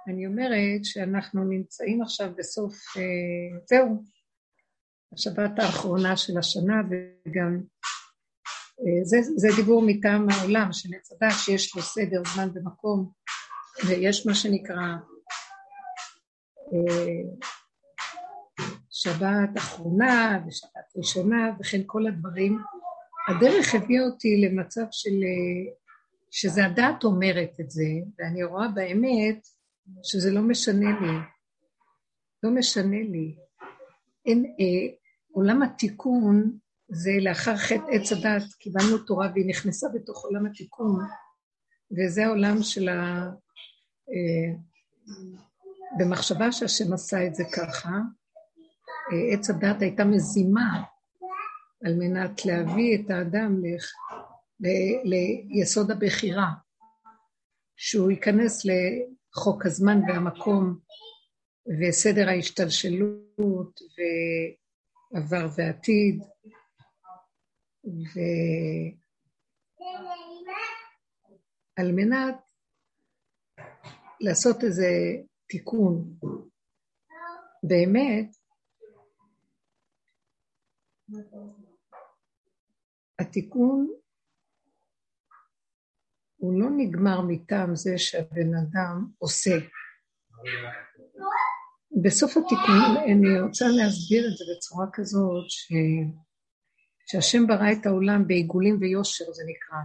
אני אומרת שאנחנו נמצאים עכשיו בסוף, זהו, השבת האחרונה של השנה, וגם זה דיבור מטעם העולם, שנצדק שיש לו סדר, זמן ומקום, ויש מה שנקרא שבת אחרונה ושבת ראשונה וכן כל הדברים. הדרך הביאה אותי למצב שזה הדעת אומרת את זה, ואני רואה באמת שזה לא משנה לי. לא משנה לי. עולם התיקון זה לאחר חטא עץ הדעת, קיבלנו תורה והיא נכנסה בתוך עולם התיקון, וזה העולם של במחשבה שהשם עשה את זה ככה, עץ הדעת הייתה מזימה על מנת להביא את האדם ליסוד הבחירה, שהוא ייכנס לחוק הזמן והמקום וסדר ההשתלשלות ועבר ועתיד, ועל מנת לעשות איזה תיקון. באמת, התיקון הוא לא נגמר מטעם זה שהבן אדם עושה. בסוף התיקון אני רוצה להסביר את זה בצורה כזאת שהשם ברא את העולם בעיגולים ויושר, זה נקרא.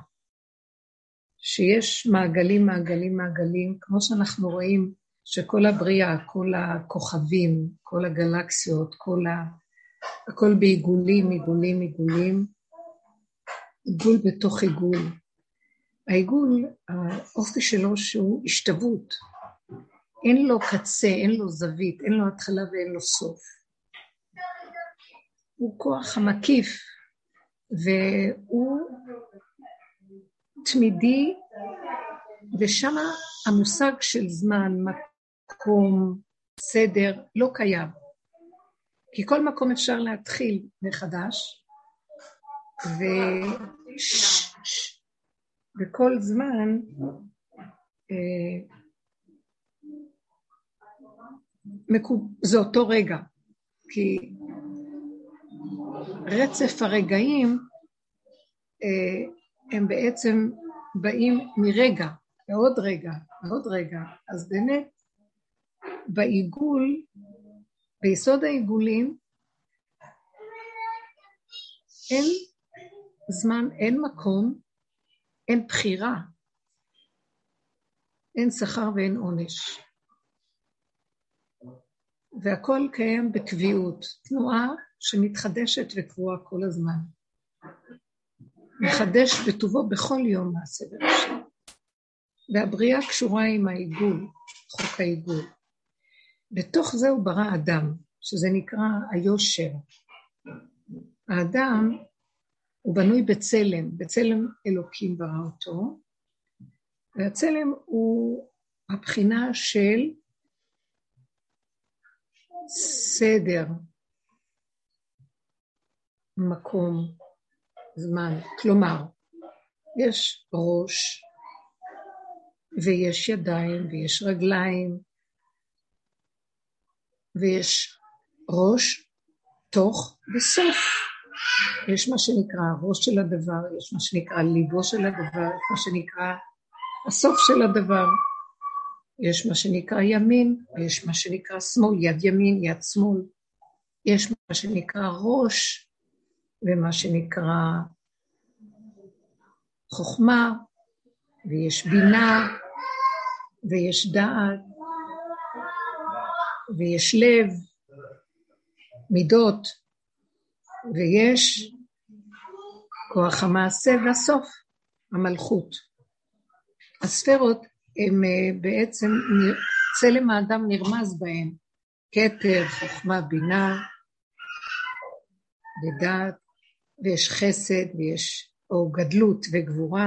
שיש מעגלים, מעגלים, מעגלים, כמו שאנחנו רואים שכל הבריאה, כל הכוכבים, כל הגלקסיות, הכל בעיגולים, עיגולים, עיגולים, עיגול בתוך עיגול. העיגול, האופי שלו שהוא השתוות, אין לו קצה, אין לו זווית, אין לו התחלה ואין לו סוף. הוא כוח המקיף, והוא תמידי, ושם המושג של זמן, מקום, סדר, לא קיים. כי כל מקום אפשר להתחיל מחדש, וכל זמן זה אותו רגע, כי רצף הרגעים הם בעצם באים מרגע, לעוד רגע, לעוד רגע. אז באמת בעיגול, ביסוד העיגולים, אין זמן, אין מקום, אין בחירה, אין שכר ואין עונש. והכל קיים בקביעות, תנועה שמתחדשת וקבועה כל הזמן. מחדש בטובו בכל יום מעשה בראשית. והבריאה קשורה עם העיגול, חוק העיגול. בתוך זה הוא ברא אדם, שזה נקרא היושר. האדם הוא בנוי בצלם, בצלם אלוקים ברא אותו, והצלם הוא הבחינה של סדר, מקום, זמן. כלומר, יש ראש, ויש ידיים, ויש רגליים, ויש ראש, תוך וסוף. יש מה שנקרא ראש של הדבר, יש מה שנקרא ליבו של הדבר, יש מה שנקרא הסוף של הדבר. יש מה שנקרא ימין, ויש מה שנקרא שמאל, יד ימין, יד שמאל. יש מה שנקרא ראש, ומה שנקרא חוכמה, ויש בינה, ויש דעת, ויש לב, מידות, ויש כוח המעשה והסוף, המלכות. הספרות הם בעצם, צלם האדם נרמז בהם, כתר, חוכמה, בינה, ודעת, ויש חסד, ויש או גדלות וגבורה,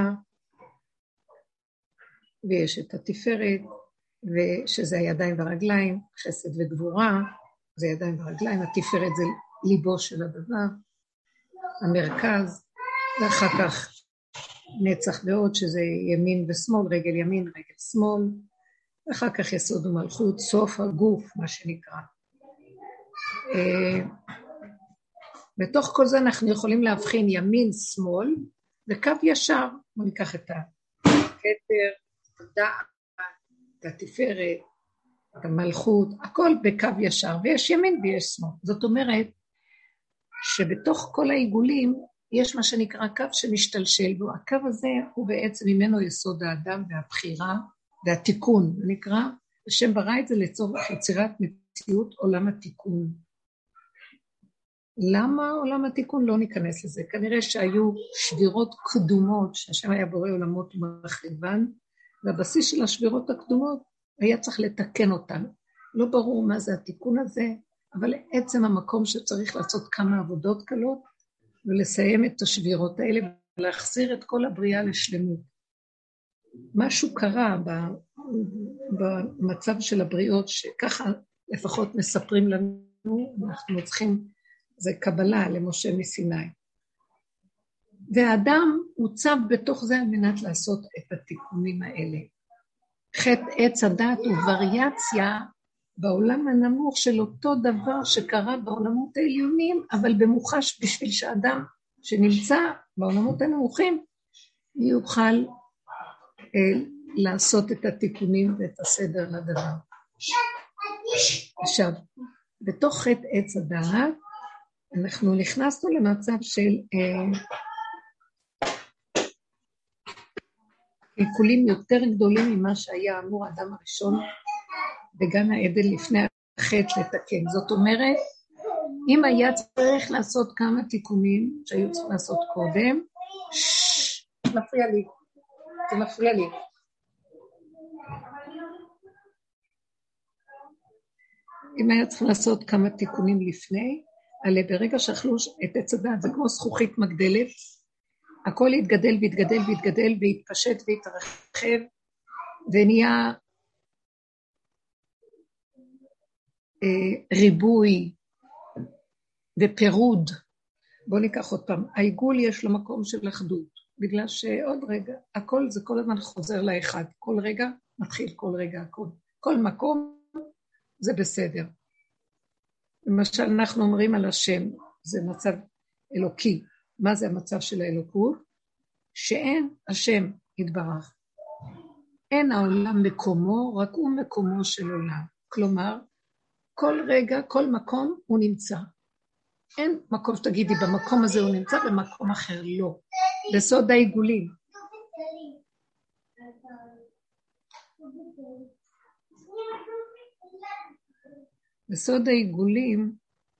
ויש את התפארת, ושזה הידיים והרגליים, חסד וגבורה, זה ידיים ורגליים, התפארת זה ליבו של הדבר, המרכז, ואחר כך נצח ועוד, שזה ימין ושמאל, רגל ימין, רגל שמאל, אחר כך יסוד ומלכות, סוף הגוף, מה שנקרא. בתוך כל זה אנחנו יכולים להבחין ימין, שמאל, וקו ישר. בוא ניקח את הכתר, את הדעת, את התפארת, את המלכות, הכל בקו ישר, ויש ימין ויש שמאל. זאת אומרת, שבתוך כל העיגולים, יש מה שנקרא קו שמשתלשל בו. הקו הזה הוא בעצם ממנו יסוד האדם והבחירה והתיקון. זה נקרא, השם ברא את זה לצורך יצירת מציאות עולם התיקון. למה עולם התיקון? לא ניכנס לזה. כנראה שהיו שבירות קדומות, שהשם היה בורא עולמות ומחריבן, והבסיס של השבירות הקדומות היה צריך לתקן אותן. לא ברור מה זה התיקון הזה, אבל עצם המקום שצריך לעשות כמה עבודות קלות, ולסיים את השבירות האלה, ולהחזיר את כל הבריאה לשלמות. משהו קרה במצב של הבריאות, שככה לפחות מספרים לנו, אנחנו צריכים, זה קבלה למשה מסיני. והאדם הוצב בתוך זה על מנת לעשות את התיקונים האלה. חטא עץ הדת הוא וריאציה בעולם הנמוך של אותו דבר שקרה בעולמות העליונים, אבל במוחש בשביל שאדם שנמצא בעולמות הנמוכים, יוכל לעשות את התיקונים ואת הסדר לדבר. עכשיו, בתוך חטא עץ הדעת, אנחנו נכנסנו למצב של קלקולים יותר גדולים ממה שהיה אמור האדם הראשון בגן העדן לפני החטא לתקן. זאת אומרת, אם היה צריך לעשות כמה תיקונים שהיו צריכים לעשות קודם, זה מפריע לי. אם היה צריך לעשות כמה תיקונים לפני, עלי ברגע שאכלו את עץ הדעת, זה כמו זכוכית מגדלת, הכל יתגדל ויתגדל ויתגדל ויתפשט ויתרחב, ונהיה ריבוי ופירוד. בואו ניקח עוד פעם, העיגול יש לו מקום של אחדות, בגלל שעוד רגע, הכל זה כל הזמן חוזר לאחד, כל רגע מתחיל כל רגע הכל, כל מקום זה בסדר. למשל אנחנו אומרים על השם, זה מצב אלוקי. מה זה המצב של האלוקות? שאין השם יתברך. אין העולם מקומו, רק הוא מקומו של עולם. כלומר, כל רגע, כל מקום הוא נמצא. אין מקום שתגידי, במקום הזה הוא נמצא, במקום אחר לא. בסוד העיגולים. בסוד העיגולים,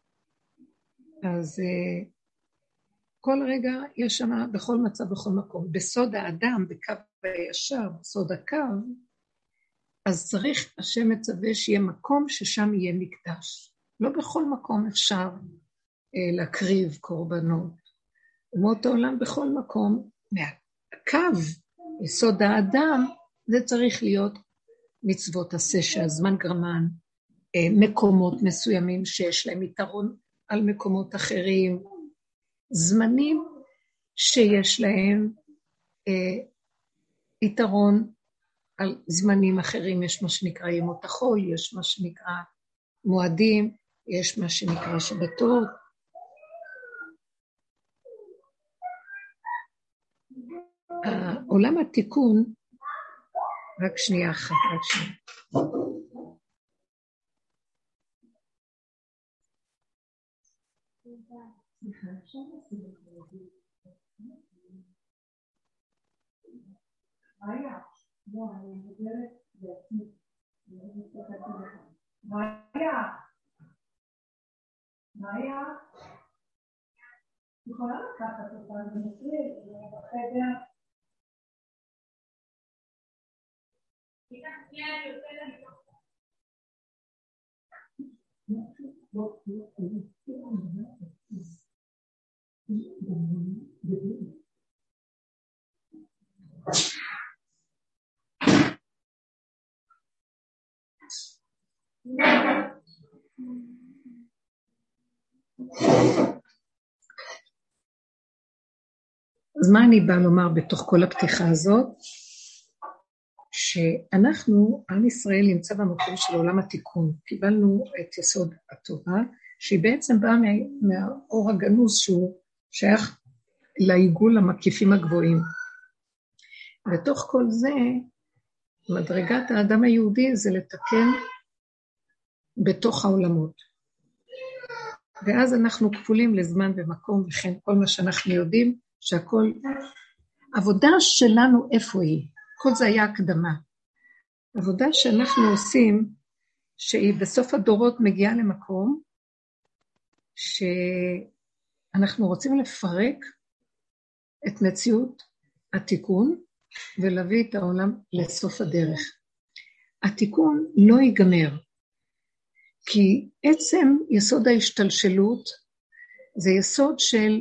אז כל רגע יש שם בכל מצב, בכל מקום. בסוד האדם, בקו הישר, בסוד הקו, אז צריך, השם מצווה שיהיה מקום ששם יהיה מקדש. לא בכל מקום אפשר להקריב קורבנות. אומות העולם בכל מקום, מהקו, בסוד האדם, זה צריך להיות מצוות עשה שהזמן גרמן, מקומות מסוימים שיש להם יתרון על מקומות אחרים, זמנים שיש להם יתרון על זמנים אחרים, יש מה שנקרא ימות החול, יש מה שנקרא מועדים, יש מה שנקרא שבתות. עולם התיקון, רק שנייה אחת, רק שנייה. מאיה, יכולה לקחת אותה במטריד, בחדר. אז מה אני באה לומר בתוך כל הפתיחה הזאת? שאנחנו, עם ישראל נמצא במקום של עולם התיקון, קיבלנו את יסוד התורה, שהיא בעצם באה מהאור הגנוז שהוא שייך לעיגול המקיפים הגבוהים. בתוך כל זה, מדרגת האדם היהודי זה לתקן בתוך העולמות. ואז אנחנו כפולים לזמן ומקום, וכן כל מה שאנחנו יודעים, שהכל, עבודה שלנו איפה היא? כל זה היה הקדמה. עבודה שאנחנו עושים, שהיא בסוף הדורות מגיעה למקום, שאנחנו רוצים לפרק את מציאות התיקון, ולהביא את העולם לסוף הדרך. התיקון לא ייגמר, כי עצם יסוד ההשתלשלות, זה יסוד של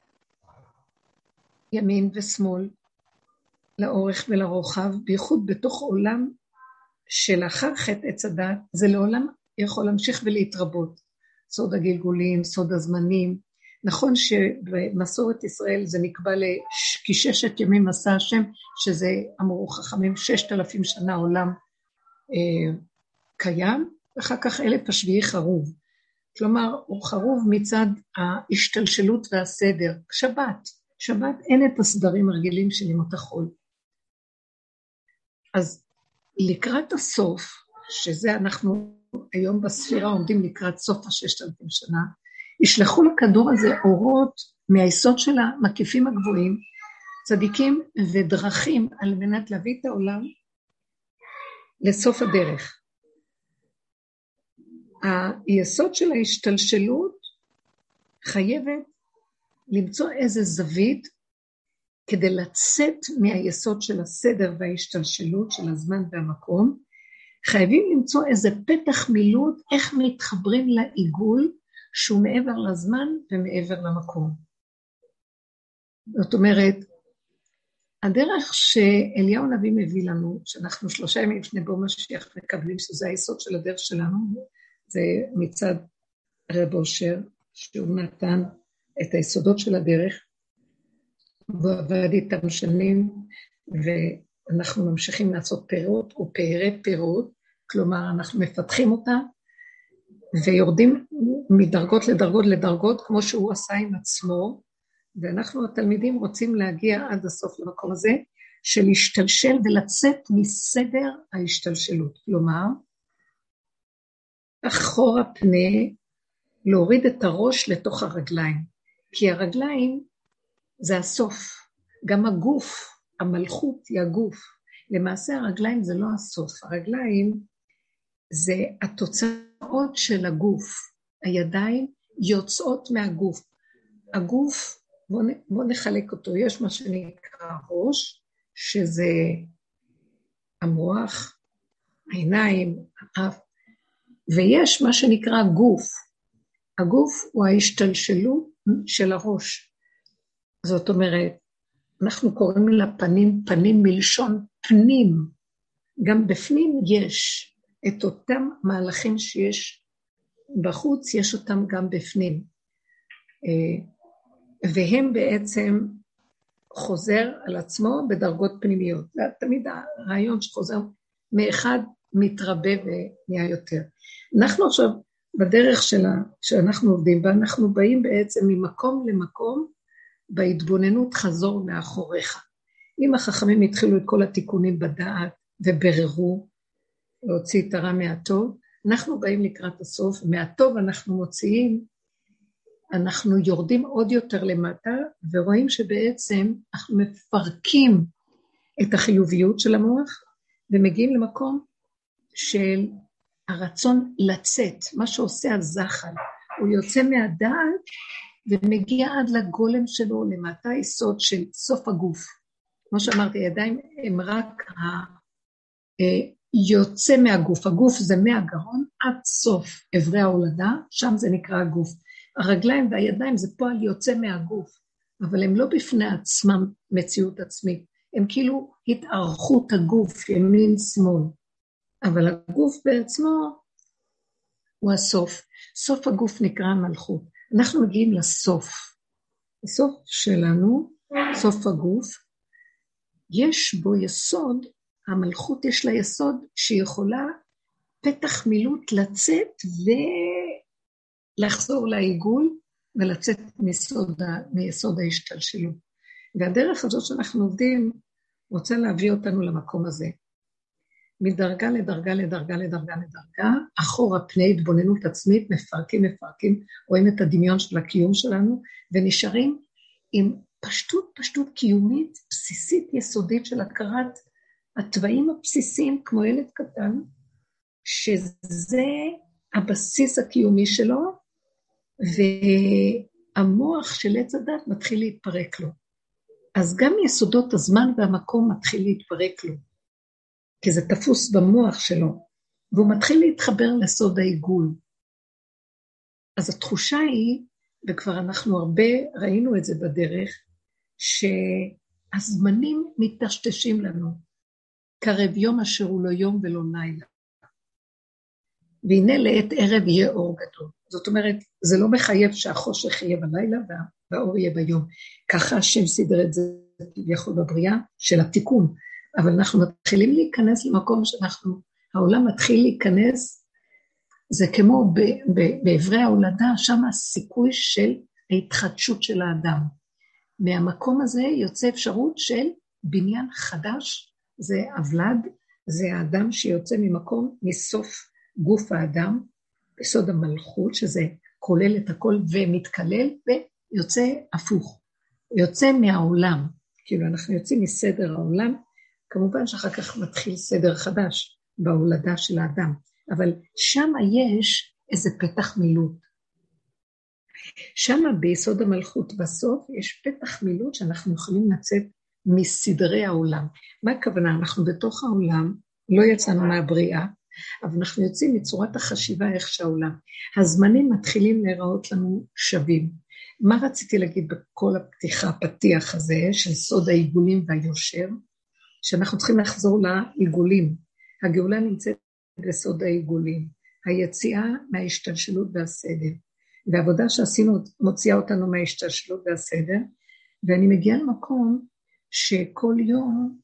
ימין ושמאל, לאורך ולרוחב, בייחוד בתוך עולם שלאחר חטא עץ הדת, זה לעולם יכול להמשיך ולהתרבות. סוד הגלגולים, סוד הזמנים. נכון שבמסורת ישראל זה נקבע לכ6 ימים עשה השם, שזה אמרו חכמים 6,000 שנה עולם קיים, ואחר כך 1,000 השביעי חרוב. כלומר, הוא חרוב מצד ההשתלשלות והסדר. שבת אין את הסדרים הרגילים של ימות החול. אז לקראת הסוף, שזה אנחנו היום בספירה עומדים לקראת סוף 6,000 שנה, ישלחו לכדור הזה אורות מהיסוד של המקיפים הגבוהים, צדיקים ודרכים על מנת להביא את העולם לסוף הדרך. היסוד של ההשתלשלות חייבת למצוא איזה זווית כדי לצאת מהיסוד של הסדר וההשתלשלות של הזמן והמקום, חייבים למצוא איזה פתח מילוט איך מתחברים לעיגול שהוא מעבר לזמן ומעבר למקום. זאת אומרת, הדרך שאליהו נביא מביא לנו, שאנחנו 3 ימים לפני בוא משיח מקבלים שזה היסוד של הדרך שלנו, זה מצד רב אושר, שהוא נתן את היסודות של הדרך, והוא עבד איתם שנים, ואנחנו ממשיכים לעשות פירות או פערי פירות, כלומר אנחנו מפתחים אותה, ויורדים מדרגות לדרגות לדרגות, כמו שהוא עשה עם עצמו, ואנחנו התלמידים רוצים להגיע עד הסוף למקום הזה, של להשתלשל ולצאת מסדר ההשתלשלות. כלומר, אחורה פנה, להוריד את הראש לתוך הרגליים, כי הרגליים זה הסוף, גם הגוף, המלכות היא הגוף, למעשה הרגליים זה לא הסוף, הרגליים זה התוצאות של הגוף, הידיים יוצאות מהגוף, הגוף, בוא נחלק אותו, יש מה שנקרא ראש, שזה המוח, העיניים, האף, ויש מה שנקרא גוף, הגוף הוא ההשתלשלות של הראש, זאת אומרת, אנחנו קוראים לה פנים, פנים מלשון פנים, גם בפנים יש את אותם מהלכים שיש בחוץ, יש אותם גם בפנים, והם בעצם חוזר על עצמו בדרגות פנימיות, זה תמיד הרעיון שחוזר מאחד מתרבה ונהיה יותר. אנחנו עכשיו בדרך שאנחנו עובדים בה, אנחנו באים בעצם ממקום למקום, בהתבוננות חזור מאחוריך. אם החכמים התחילו את כל התיקונים בדעת ובררו, להוציא את הרע מהטוב, אנחנו באים לקראת הסוף, מהטוב אנחנו מוציאים, אנחנו יורדים עוד יותר למטה, ורואים שבעצם אנחנו מפרקים את החיוביות של המוח, ומגיעים למקום של הרצון לצאת, מה שעושה הזחל, הוא יוצא מהדעת, ומגיע עד לגולם שלו, למטה היסוד של סוף הגוף. כמו שאמרתי, הידיים הם רק יוצא מהגוף, הגוף זה מהגרון עד סוף אברי ההולדה, שם זה נקרא הגוף. הרגליים והידיים זה פועל יוצא מהגוף, אבל הם לא בפני עצמם מציאות עצמית, הם כאילו התארכות הגוף, ימין שמאל, אבל הגוף בעצמו הוא הסוף, סוף הגוף נקרא המלכות, אנחנו מגיעים לסוף, הסוף שלנו, סוף הגוף, יש בו יסוד המלכות יש לה יסוד שהיא יכולה פתח מילוט לצאת ולחזור לעיגול ולצאת מיסוד ההשתלשלות. והדרך הזאת שאנחנו עובדים רוצה להביא אותנו למקום הזה. מדרגה לדרגה לדרגה לדרגה לדרגה, אחורה פני התבוננות עצמית, מפרקים, רואים את הדמיון של הקיום שלנו, ונשארים עם פשטות קיומית, בסיסית, יסודית של הכרת הטבעים הבסיסיים, כמו ילד קטן, שזה הבסיס הקיומי שלו, והמוח של עץ הדת מתחיל להתפרק לו. אז גם יסודות הזמן והמקום מתחיל להתפרק לו, כי זה תפוס במוח שלו, והוא מתחיל להתחבר לסוד העיגול. אז התחושה היא, וכבר אנחנו הרבה ראינו את זה בדרך, שהזמנים מתשתשים לנו, קרב יום אשר הוא לא יום ולא לילה. והנה לעת ערב יהיה אור גדול. זאת אומרת, זה לא מחייב שהחושך יהיה בלילה והאור יהיה ביום. ככה השם סידר את זה יכול בבריאה של התיקון. אבל אנחנו מתחילים להיכנס למקום העולם מתחיל להיכנס, זה כמו בעברי ההולדה, שם הסיכוי של ההתחדשות של האדם. מהמקום הזה יוצא אפשרות של בניין חדש, זה הוולד, זה האדם שיוצא ממקום מסוף גוף האדם, בסוד המלכות, שזה כולל את הכל ומתקלל, ויוצא הפוך, יוצא מהעולם, כאילו אנחנו יוצאים מסדר העולם, כמובן שאחר כך מתחיל סדר חדש בהולדה של האדם, אבל שם יש איזה פתח מילוט. שם ביסוד המלכות בסוף יש פתח מילוט שאנחנו יכולים לצאת מסדרי העולם. מה הכוונה? אנחנו בתוך העולם, לא יצאנו מהבריאה, אבל אנחנו יוצאים מצורת החשיבה איך שהעולם. הזמנים מתחילים להיראות לנו שווים. מה רציתי להגיד בכל הפתיח הזה של סוד העיגולים והיושר? שאנחנו צריכים לחזור לעיגולים. הגאולה נמצאת בסוד העיגולים. היציאה מההשתלשלות והסדר. והעבודה שעשינו מוציאה אותנו מההשתלשלות והסדר. ואני מגיעה למקום שכל יום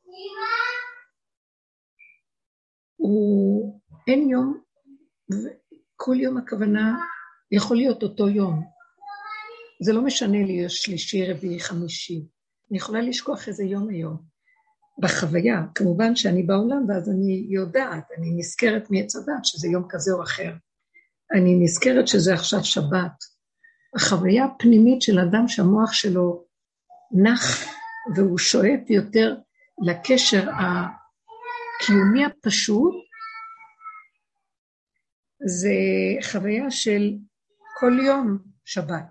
אין יום, כל יום הכוונה יכול להיות אותו יום. זה לא משנה לי, יש שלישי, רביעי, חמישי. אני יכולה לשכוח איזה יום היום. בחוויה, כמובן שאני בעולם, ואז אני יודעת, אני נזכרת מעץ הדת, שזה יום כזה או אחר. אני נזכרת שזה עכשיו שבת. החוויה הפנימית של אדם שהמוח שלו נח, והוא שואף יותר לקשר הקיומי הפשוט, זה חוויה של כל יום שבת.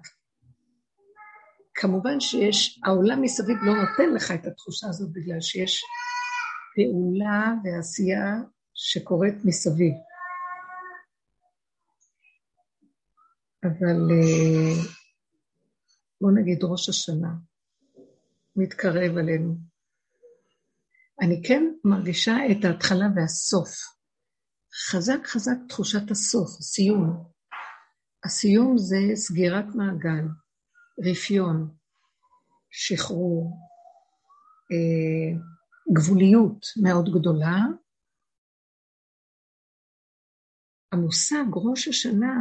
כמובן שיש, העולם מסביב לא נותן לך את התחושה הזאת, בגלל שיש פעולה ועשייה שקורית מסביב. אבל בוא נגיד ראש השנה, מתקרב עלינו. אני כן מרגישה את ההתחלה והסוף. חזק תחושת הסוף, הסיום. הסיום זה סגירת מעגל, רפיון, שחרור, גבוליות מאוד גדולה. המושג ראש השנה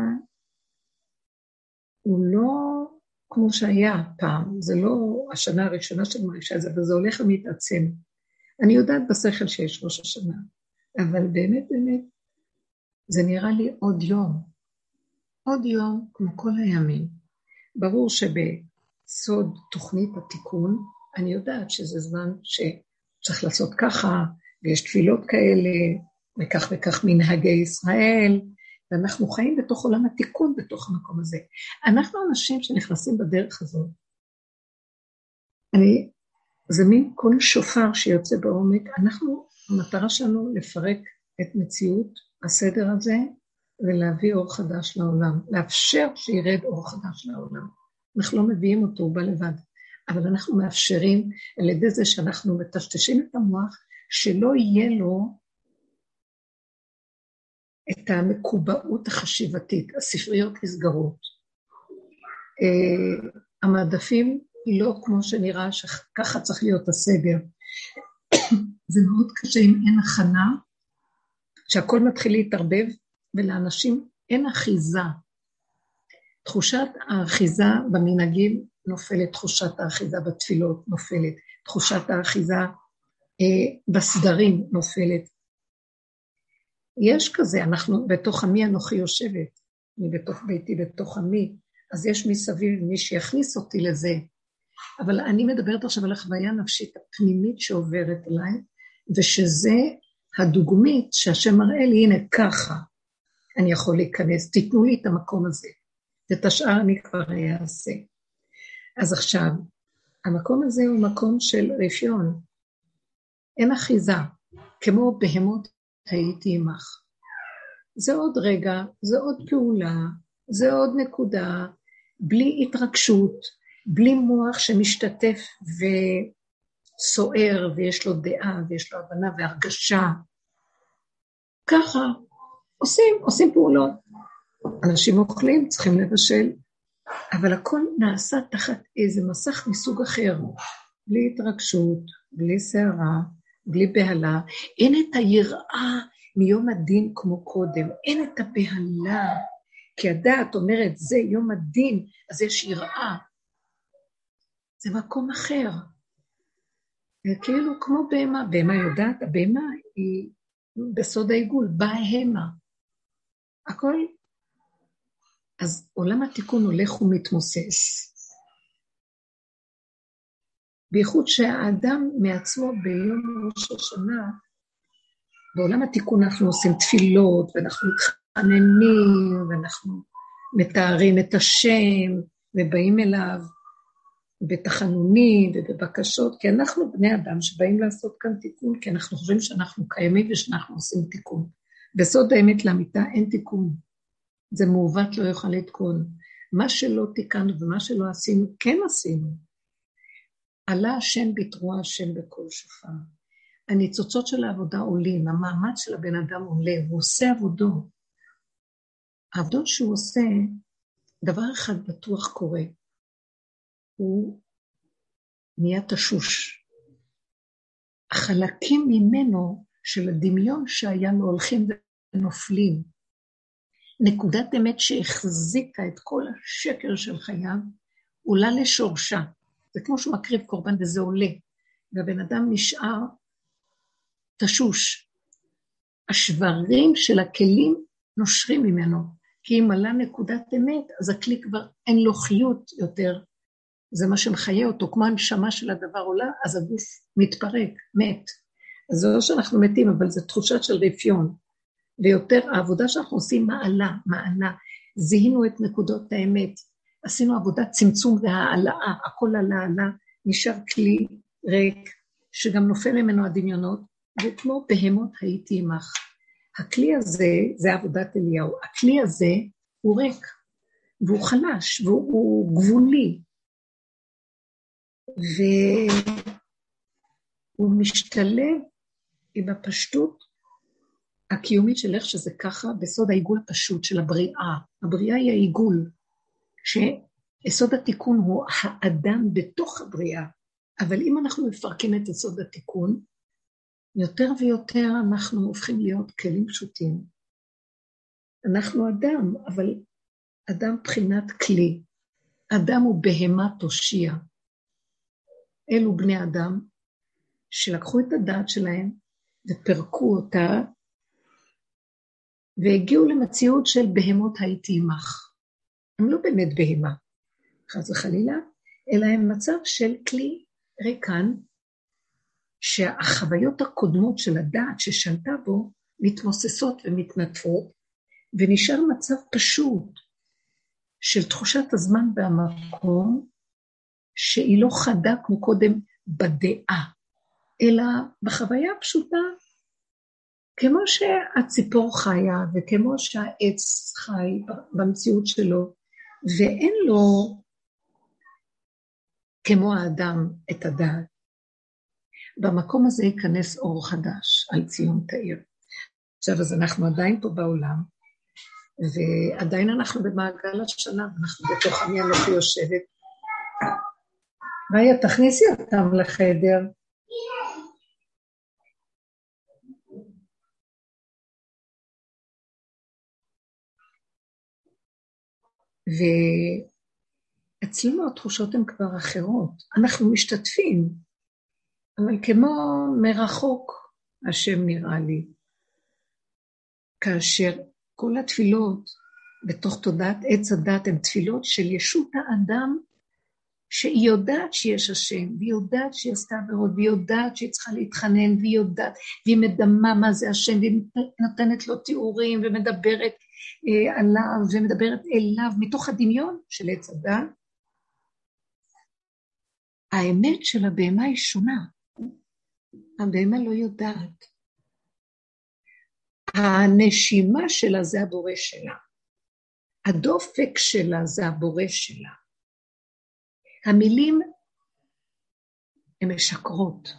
הוא לא כמו שהיה פעם, זה לא השנה הראשונה של מרגישה את זה, אבל זה הולך ומתעצם. אני יודעת בשכל שיש ראש השנה, אבל באמת, זה נראה לי עוד יום כמו כל הימים. ברור שבסוד תוכנית התיקון, אני יודעת שזה זמן שצריך לעשות ככה, ויש תפילות כאלה, וכך וכך מנהגי ישראל, ואנחנו חיים בתוך עולם התיקון, בתוך המקום הזה. אנחנו אנשים שנכנסים בדרך הזאת. זה מין קול שופר שיוצא בעומק. המטרה שלנו לפרק את מציאות הסדר הזה, ולהביא אור חדש לעולם. לאפשר שירד אור חדש לעולם. אנחנו לא מביאים אותו, הוא בא לבד. אבל אנחנו מאפשרים על ידי זה שאנחנו מטשטשים את המוח, שלא יהיה לו את המקובעות החשיבתית, הספריות נסגרות. המעדפים לא כמו שנראה שככה צריך להיות הסדר. זה מאוד קשה אם אין הכנה, שהכל מתחיל להתערבב, ולאנשים אין אחיזה. תחושת האחיזה במנהגים נופלת, תחושת האחיזה בתפילות נופלת, תחושת האחיזה בסדרים נופלת. יש כזה, אנחנו בתוך עמי אנוכי יושבת, אני בתוך ביתי, בתוך עמי, אז יש מסביב מי שיכניס אותי לזה. אבל אני מדברת עכשיו על החוויה הנפשית הפנימית שעוברת אליי, ושזה הדוגמית שהשם מראה לי, הנה ככה אני יכול להיכנס, תיתנו לי את המקום הזה, ואת השאר אני כבר אעשה. אז עכשיו, המקום הזה הוא מקום של רפיון, אין אחיזה, כמו בהמות הייתי עמך. זה עוד רגע, זה עוד פעולה, זה עוד נקודה, בלי התרגשות, בלי מוח שמשתתף וסוער, ויש לו דעה, ויש לו הבנה והרגשה. ככה, עושים פעולות. אנשים אוכלים, צריכים לבשל, אבל הכל נעשה תחת איזה מסך מסוג אחר, בלי התרגשות, בלי שערה, בלי בהלה. אין את היראה מיום הדין כמו קודם, אין את הבהלה, כי הדעת אומרת זה יום הדין, אז יש יראה. זה מקום אחר. כאילו כמו בהמה, בהמה יודעת, הבהמה היא בסוד העיגול, בהמה. הכל. אז עולם התיקון הולך ומתמוסס. בייחוד שהאדם מעצמו ביום ראש השנה, בעולם התיקון אנחנו עושים תפילות, ואנחנו מתחננים, ואנחנו מתארים את השם, ובאים אליו בתחנונים ובבקשות, כי אנחנו בני אדם שבאים לעשות כאן תיקון, כי אנחנו חושבים שאנחנו קיימים ושאנחנו עושים תיקון. בסוד האמת לאמיתה אין תיקון. זה מעוות לא יוכל לתקון. מה שלא תיקנו ומה שלא עשינו, כן עשינו. עלה השם בתרועה השם בכל שופר. הניצוצות של העבודה עולים, המאמץ של הבן אדם עולה, הוא עושה עבודות. העבודות שהוא עושה, דבר אחד בטוח קורה, הוא נהיה תשוש. החלקים ממנו של הדמיון שהיה לו הולכים ונופלים. נקודת אמת שהחזיקה את כל השקר של חייו, עולה לשורשה. זה כמו שהוא מקריב קורבן וזה עולה, והבן אדם נשאר תשוש. השברים של הכלים נושרים ממנו, כי אם עלה נקודת אמת, אז הכלי כבר אין לו חיות יותר, זה מה שמחיה אותו, כמו הנשמה של הדבר עולה, אז הגוף מתפרק, מת. אז זה לא שאנחנו מתים, אבל זה תחושה של רפיון, ויותר העבודה שאנחנו עושים מעלה, זיהינו את נקודות האמת, עשינו עבודת צמצום והעלאה, הכל עלה, נשאר כלי ריק, שגם נופל ממנו הדמיונות, וכמו בהמות הייתי עמך. הכלי הזה, זה עבודת אליהו, הכלי הזה הוא ריק, והוא חלש, והוא גבולי, והוא משתלב עם הפשטות הקיומית של איך שזה ככה, בסוד העיגול הפשוט של הבריאה. הבריאה היא העיגול, שיסוד התיקון הוא האדם בתוך הבריאה, אבל אם אנחנו מפרקים את יסוד התיקון, יותר ויותר אנחנו הופכים להיות כלים פשוטים. אנחנו אדם, אבל אדם בחינת כלי. אדם הוא בהמה תושיע. אלו בני אדם שלקחו את הדעת שלהם ופרקו אותה, והגיעו למציאות של בהמות הייתי עמך. הם לא באמת בהמה, חס וחלילה, אלא הם מצב של כלי ריקן, שהחוויות הקודמות של הדעת ששלטה בו, מתמוססות ומתנטפות, ונשאר מצב פשוט של תחושת הזמן והמקום, שהיא לא חדה כמו קודם בדעה, אלא בחוויה הפשוטה, כמו שהציפור חיה, וכמו שהעץ חי במציאות שלו, ואין לו כמו האדם את הדעת. במקום הזה ייכנס אור חדש על ציון תאיר. עכשיו, אז אנחנו עדיין פה בעולם, ועדיין אנחנו במעגל השנה, אנחנו בתוך עמי אנוכי יושבת. מאיה, תכניסי אותם לחדר. ואצלנו התחושות הן כבר אחרות. אנחנו משתתפים, אבל כמו מרחוק השם נראה לי. כאשר כל התפילות בתוך תודעת עץ הדת הן תפילות של ישות האדם, שהיא יודעת שיש השם, והיא יודעת שהיא עשתה עבירות, והיא יודעת שהיא צריכה להתחנן, והיא יודעת, והיא מדמה מה זה השם, והיא נותנת לו תיאורים, ומדברת עליו, ומדברת אליו, מתוך הדמיון של עץ הדת. האמת של הבהמה היא שונה. הבהמה לא יודעת. הנשימה שלה זה הבורא שלה. הדופק שלה זה הבורא שלה. המילים הן משקרות.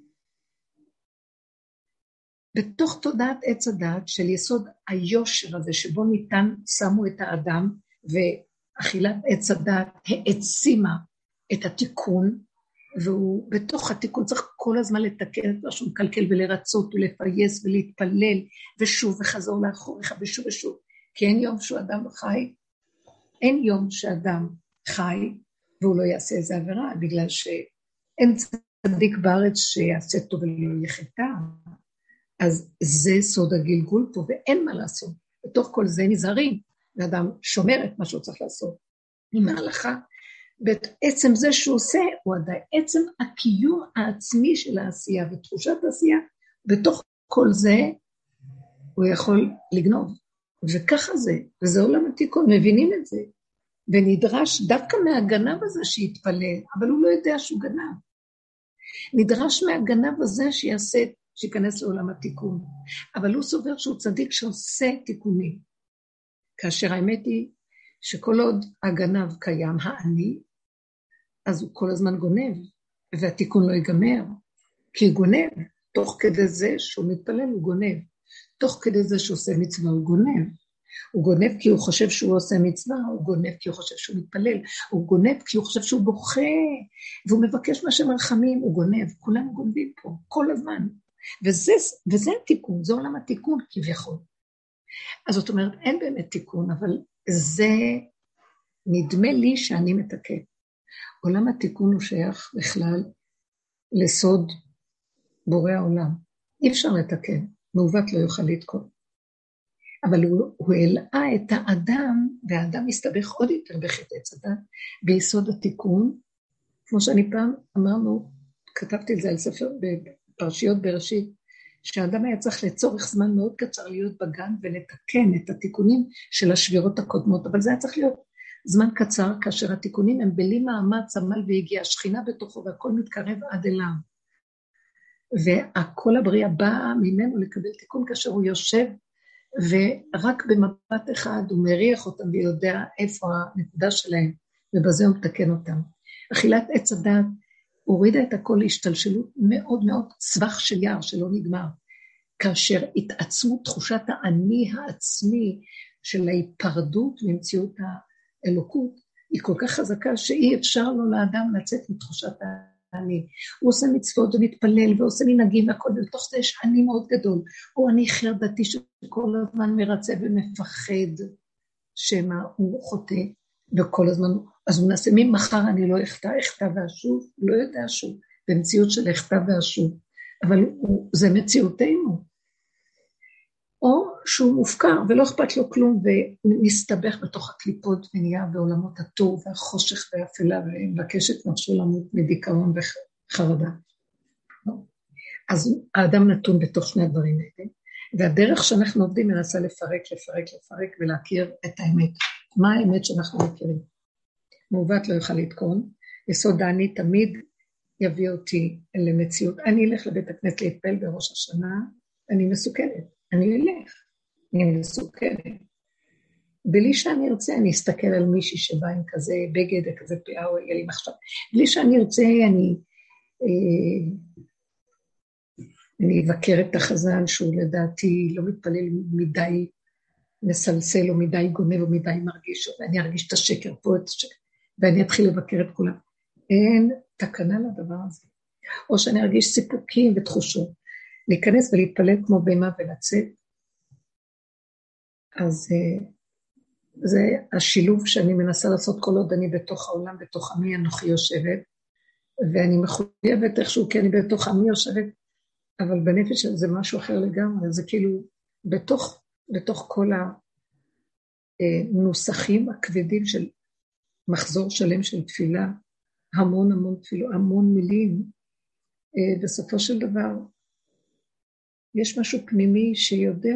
בתוך תודעת עץ הדעת של יסוד היושר הזה שבו ניתן, שמו את האדם, ואכילת עץ הדעת העצימה את התיקון, והוא בתוך התיקון צריך כל הזמן לתקן את מה שהוא מקלקל ולרצות ולפייס ולהתפלל ושוב וחזור לאחוריך ושוב ושוב. כי אין יום שהוא אדם חי, אין יום שאדם חי והוא לא יעשה איזה עבירה, בגלל שאין צדיק בארץ שיעשה טוב ולא יחטא. אז זה סוד הגלגול פה ואין מה לעשות. בתוך כל זה נזהרים, ואדם שומר את מה שהוא צריך לעשות. עם ההלכה, בעצם זה שהוא עושה, הוא עדיין עצם הקיום העצמי של העשייה ותחושת העשייה, בתוך כל זה הוא יכול לגנוב. וככה זה, וזה עולם התיקון, מבינים את זה. ונדרש דווקא מהגנב הזה שיתפלל, אבל הוא לא יודע שהוא גנב. נדרש מהגנב הזה שיכנס לעולם התיקון. אבל הוא סובר שהוא צדיק שעושה תיקונים. כאשר האמת היא שכל עוד הגנב קיים, העני, אז הוא כל הזמן גונב, והתיקון לא ייגמר, כי הוא גונב. תוך כדי זה שהוא מתפלל הוא גונב. תוך כדי זה שהוא עושה מצווה הוא גונב. הוא גונב כי הוא חושב שהוא עושה מצווה, הוא גונב כי הוא חושב שהוא מתפלל, הוא גונב כי הוא חושב שהוא בוכה, והוא מבקש מה שמרחמים, הוא גונב, כולם גונבים פה, כל הזמן. וזה התיקון, זה עולם התיקון כביכול. אז זאת אומרת, אין באמת תיקון, אבל זה נדמה לי שאני מתקן. עולם התיקון הוא שייך בכלל לסוד בורא העולם. אי אפשר לתקן, מעוות לא יוכל לתקון. אבל הוא העלה את האדם, והאדם מסתבך עוד יותר בחטא עץ הדת, ביסוד התיקון, כמו שאני פעם אמרנו, כתבתי את זה על ספר בפרשיות בראשית, שהאדם היה צריך לצורך זמן מאוד קצר להיות בגן, ולתקן את התיקונים של השבירות הקודמות, אבל זה היה צריך להיות זמן קצר, כאשר התיקונים הם בלי מאמץ עמל והגיע, השכינה בתוכו, והכל מתקרב עד אליו. והכל הבריאה באה ממנו לקבל תיקון, כאשר הוא יושב, ורק במבט אחד הוא מריח אותם ויודע איפה הנקודה שלהם, ובזה הוא מתקן אותם. אכילת עץ הדעת הורידה את הכל להשתלשלות מאוד מאוד צווח של יער שלא נגמר, כאשר התעצמו תחושת האני העצמי של ההיפרדות ממציאות האלוקות, היא כל כך חזקה שאי אפשר לו לאדם לצאת מתחושת האני. הוא עושה מצוות ומתפלל ועושה מנהגים והכל, ולתוך זה יש אני מאוד גדול, או אני חרדתי שכל הזמן מרצה ומפחד שמה הוא חוטא, וכל הזמן, אז הוא נעשה ממחר אני לא אחטא ואשוב, לא יודע שוב, במציאות של אחטא ואשוב, אבל זה מציאותנו. או שהוא מופקר ולא אכפת לו כלום ומסתבך בתוך הקליפות ונהיה בעולמות התור והחושך והאפלה ומבקשת נפשו למות מדיכאון וחרדה. אז האדם נתון בתוך שני הדברים האלה, והדרך שאנחנו עובדים מנסה לפרק ולהכיר את האמת. מה האמת שאנחנו מכירים? מעוות לא יוכל לתקון, יסוד אני תמיד יביא אותי למציאות. אני אלך לבית הכנסת להתפלל בראש השנה, אני מסוכנת. אני אלך, אני מסוכנת. בלי שאני ארצה, אני אסתכל על מישהי שבא עם כזה בגד, כזה פאה או יהיה לי מחשב. בלי שאני ארצה, אני אבקר את החזן שהוא לדעתי לא מתפלל מדי מסלסל או מדי גונב או מדי מרגיש, ואני ארגיש את השקר פה, ואני אתחיל לבקר את כולם. אין תקנה לדבר הזה. או שאני ארגיש סיפוקים ותחושות. להיכנס ולהתפלל כמו בהמה ולצאת, אז זה השילוב שאני מנסה לעשות כל עוד אני בתוך העולם, בתוך עמי אנוכי יושבת, ואני מחויבת איכשהו כי אני בתוך עמי יושבת, אבל בנפש זה משהו אחר לגמרי, זה כאילו בתוך כל הנוסחים הכבדים של מחזור שלם של תפילה, המון תפילו, המון מילים, בסופו של דבר יש משהו פנימי שיודע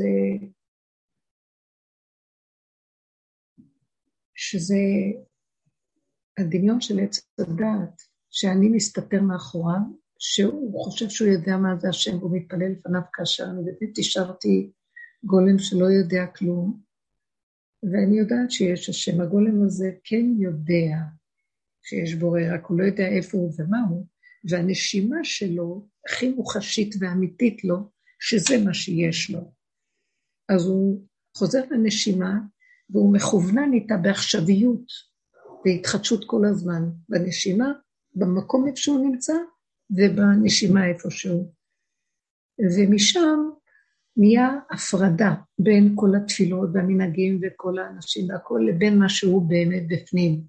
שזה הדמיון של עץ הדעת, שאני מסתתר מאחוריו, שהוא חושב שהוא יודע מה זה השם, והוא מתפלל לפניו כאשר אני באמת השארתי גולם שלא יודע כלום, ואני יודעת שיש השם, הגולם הזה כן יודע שיש בורא, רק הוא לא יודע איפה הוא ומה הוא, והנשימה שלו הכי מוחשית ואמיתית לו, שזה מה שיש לו. אז הוא חוזר לנשימה, והוא מכוונן איתה בעכשוויות, בהתחדשות כל הזמן, בנשימה, במקום איפה שהוא נמצא, ובנשימה איפשהו. ומשם נהיה הפרדה בין כל התפילות והמנהגים וכל האנשים והכל, לבין מה שהוא באמת בפנים.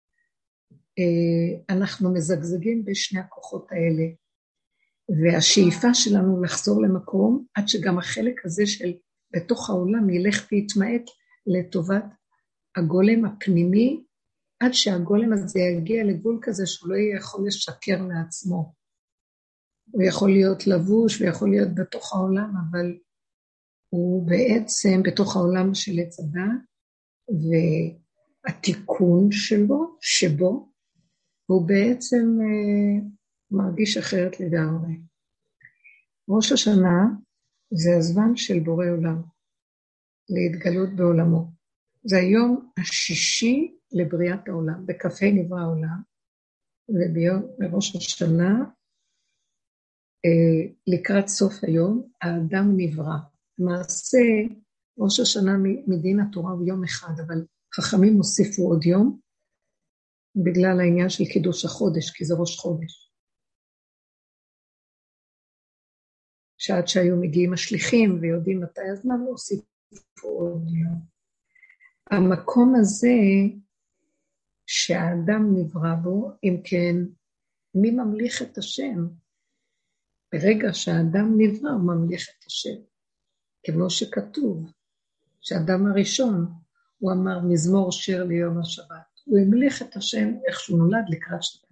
אנחנו מזגזגים בשני הכוחות האלה, והשאיפה שלנו לחזור למקום, עד שגם החלק הזה של בתוך העולם ילך ויתמעט לטובת הגולם הפנימי, עד שהגולם הזה יגיע לגבול כזה שהוא לא יכול לשקר לעצמו. הוא יכול להיות לבוש ויכול להיות בתוך העולם, אבל הוא בעצם בתוך העולם של עץ הדעת, והתיקון שלו, שבו, הוא בעצם מרגיש אחרת לגמרי. ראש השנה זה הזמן של בורא עולם, להתגלות בעולמו. זה היום השישי לבריאת העולם, בקפה נברא העולם, ובראש השנה, לקראת סוף היום, האדם נברא. למעשה, ראש השנה מדין התורה הוא יום אחד, אבל חכמים הוסיפו עוד יום, בגלל העניין של קידוש החודש, כי זה ראש חודש. שעד שהיו מגיעים השליחים ויודעים מתי הזמן, הוסיפו עוד יום. המקום הזה שהאדם נברא בו, אם כן, מי ממליך את השם? ברגע שהאדם נברא, הוא ממליך את השם. כמו שכתוב, שהאדם הראשון, הוא אמר מזמור שיר ליום השבת. הוא המליך את השם איך שהוא נולד לקראת שבת.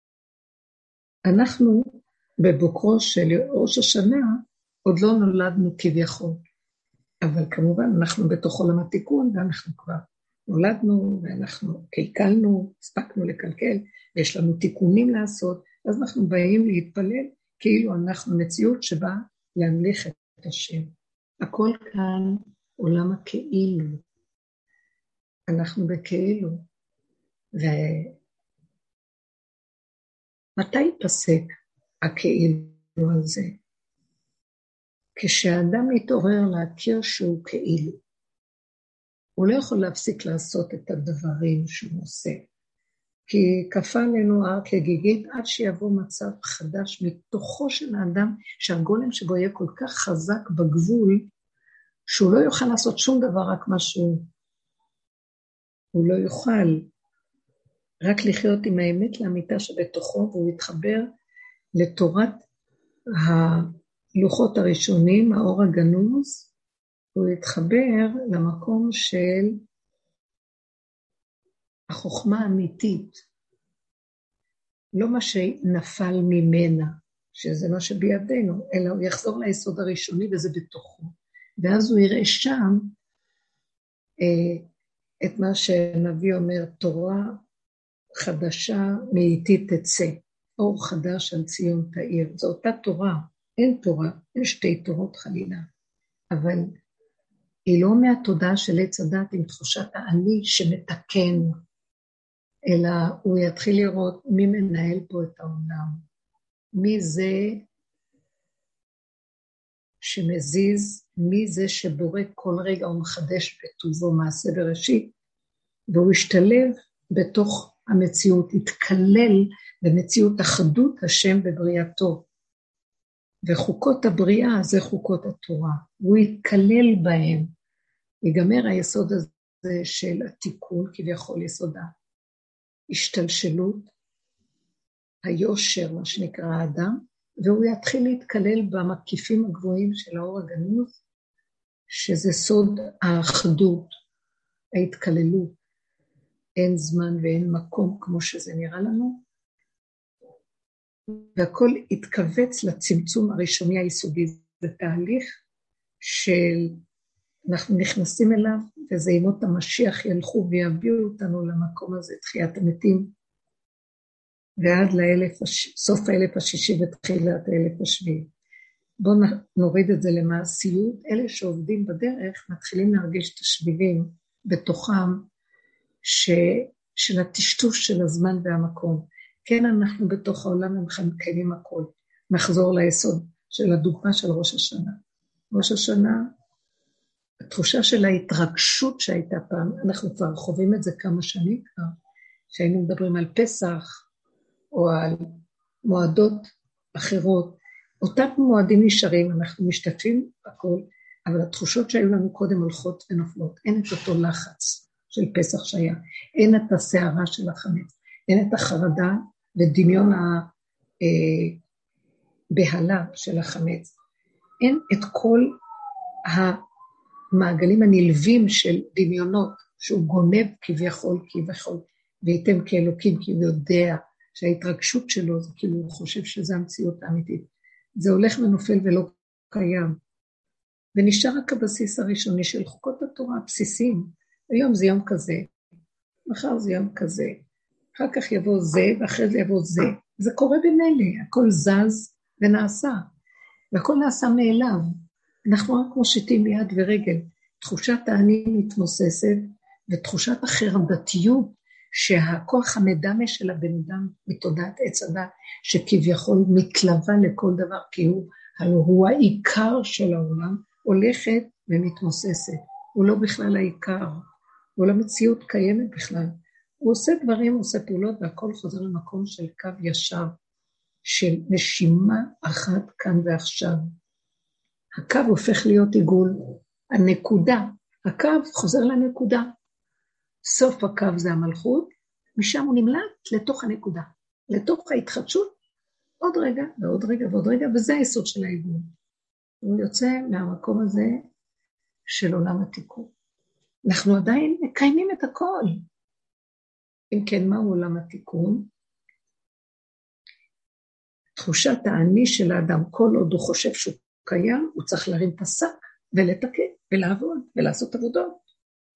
אנחנו בבוקרו של ראש השנה, עוד לא נולדנו כביכול. אבל כמובן אנחנו בתוך עולם התיקון, ואנחנו כבר נולדנו, ואנחנו קלקלנו, הספקנו לקלקל, ויש לנו תיקונים לעשות, אז אנחנו באים להתפלל, כאילו אנחנו מציאות שבאה להמליך את השם. הכל כאן עולם הכאילו. אנחנו בכאילו. ומתי ייפסק הכאילו הזה? כשהאדם מתעורר להכיר שהוא כאילו. הוא לא יכול להפסיק לעשות את הדברים שהוא עושה. כי כפה עלינו הר כגיגית עד שיבוא מצב חדש מתוכו של האדם, שהגולם שבו יהיה כל כך חזק בגבול, שהוא לא יוכל לעשות שום דבר רק משהו. הוא לא יוכל רק לחיות עם האמת לאמיתה שבתוכו, והוא יתחבר לתורת הלוחות הראשונים, האור הגנוז, הוא יתחבר למקום של החוכמה האמיתית, לא מה שנפל ממנה, שזה מה שבידינו, אלא הוא יחזור ליסוד הראשוני וזה בתוכו, ואז הוא יראה שם את מה שהנביא אומר, תורה חדשה מאיתי תצא, אור חדש על ציון תאיר, זו אותה תורה, אין תורה, אין שתי תורות חלילה, אבל היא לא מהתודעה של עץ הדת עם תחושת האני שמתקן, אלא הוא יתחיל לראות מי מנהל פה את העולם, מי זה שמזיז, מי זה שבורא כל רגע ומחדש בטובו מעשה בראשית, והוא ישתלב בתוך המציאות, יתכלל במציאות אחדות השם בבריאתו, וחוקות הבריאה זה חוקות התורה, הוא יתכלל בהם, ייגמר היסוד הזה של התיקון, כביכול יסודה, השתלשלות, היושר, מה שנקרא האדם, והוא יתחיל להתקלל במקיפים הגבוהים של האור הגנוז, שזה סוד האחדות, ההתקללות, אין זמן ואין מקום כמו שזה נראה לנו, והכל התכווץ לצמצום הראשוני היסודי, זה תהליך שאנחנו נכנסים אליו, וזה ימות המשיח ילכו ויביאו אותנו למקום הזה, תחיית המתים, ועד סוף האלף השישי ותחילת האלף השביעי. בואו נוריד את זה למעשיות, אלה שעובדים בדרך מתחילים להרגיש את השביבים בתוכם של הטשטוש של הזמן והמקום. כן, אנחנו בתוך העולם ומקיימים הכל. נחזור ליסוד של הדוגמה של ראש השנה. ראש השנה, התחושה של ההתרגשות שהייתה פעם, אנחנו כבר חווים את זה כמה שנים כבר, שהיינו מדברים על פסח, או על מועדות אחרות, אותם מועדים נשארים, אנחנו משתתפים הכל, אבל התחושות שהיו לנו קודם הולכות ונופלות, אין את אותו לחץ של פסח שהיה, אין את הסערה של החמץ, אין את החרדה ודמיון הבהלה של החמץ, אין את כל המעגלים הנלווים של דמיונות, שהוא גונב כביכול, וייתם כאלוקים, כי הוא יודע שההתרגשות שלו, זה כאילו הוא חושב שזה המציאות האמיתית, זה הולך ונופל ולא קיים, ונשאר רק הבסיס הראשוני של חוקות התורה הבסיסיים, היום זה יום כזה, מחר זה יום כזה, אחר כך יבוא זה, ואחרי זה יבוא זה, זה קורה במילא, הכל זז ונעשה, והכל נעשה מאליו, אנחנו רק מושיטים יד ורגל, תחושת האני מתמוססת, ותחושת החרדתיות, שהכוח המדמה של הבן אדם מתודעת עץ הדת, שכביכול מתלווה לכל דבר, כי הוא העיקר של העולם, הולכת ומתמוססת, הוא לא בכלל העיקר, הוא לא מציאות קיימת בכלל, הוא עושה דברים, הוא עושה פעולות, והכל חוזר למקום של קו ישר, של נשימה אחת כאן ועכשיו. הקו הופך להיות עיגול, הנקודה, הקו חוזר לנקודה, סוף הקו זה המלכות, משם הוא נמלט לתוך הנקודה, לתוך ההתחדשות, עוד רגע ועוד רגע ועוד רגע, וזה היסוד של העיגול. הוא יוצא מהמקום הזה של עולם התיקון. אנחנו עדיין מקיימים את הכל. אם כן, מהו עולם התיקון? תחושת האני של האדם, כל עוד הוא חושב שהוא קיים, הוא צריך להרים את השק ולתקן ולעבוד ולעשות עבודות.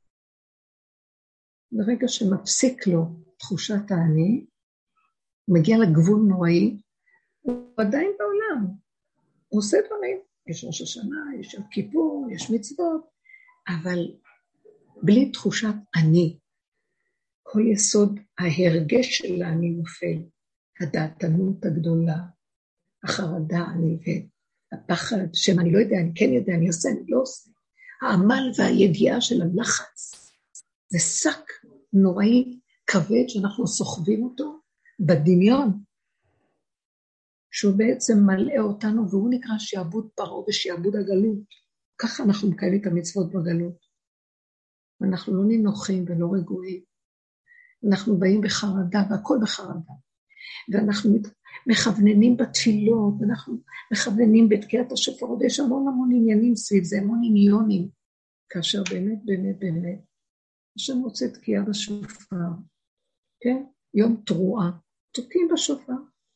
ברגע שמפסיק לו תחושת האני, הוא מגיע לגבול נוראי, הוא עדיין בעולם, הוא עושה דברים, יש ראש השנה, יש יום כיפור, יש מצוות, אבל בלי תחושת אני, כל יסוד ההרגש של האני נופל, הדעתנות הגדולה, החרדה הנלווית, הפחד, שמה אני לא יודע, אני כן יודע, אני עושה, אני לא עושה, העמל והידיעה של הלחץ, זה שק נוראי כבד שאנחנו סוחבים אותו בדמיון, שהוא בעצם מלא אותנו, והוא נקרא שיעבוד פרעה ושיעבוד הגלות. ככה אנחנו מקיימים את המצוות בגלות. ואנחנו לא נינוחים ולא רגועים. אנחנו באים בחרדה, והכל בחרדה. ואנחנו מכווננים בתפילות, ואנחנו מכווננים בתקיעת השופרות, יש המון עניינים סביב זה, המון עניונים, כאשר באמת, באמת, באמת, השם רוצה תקיעה בשופר, כן? יום תרועה, תוקעים בשופר.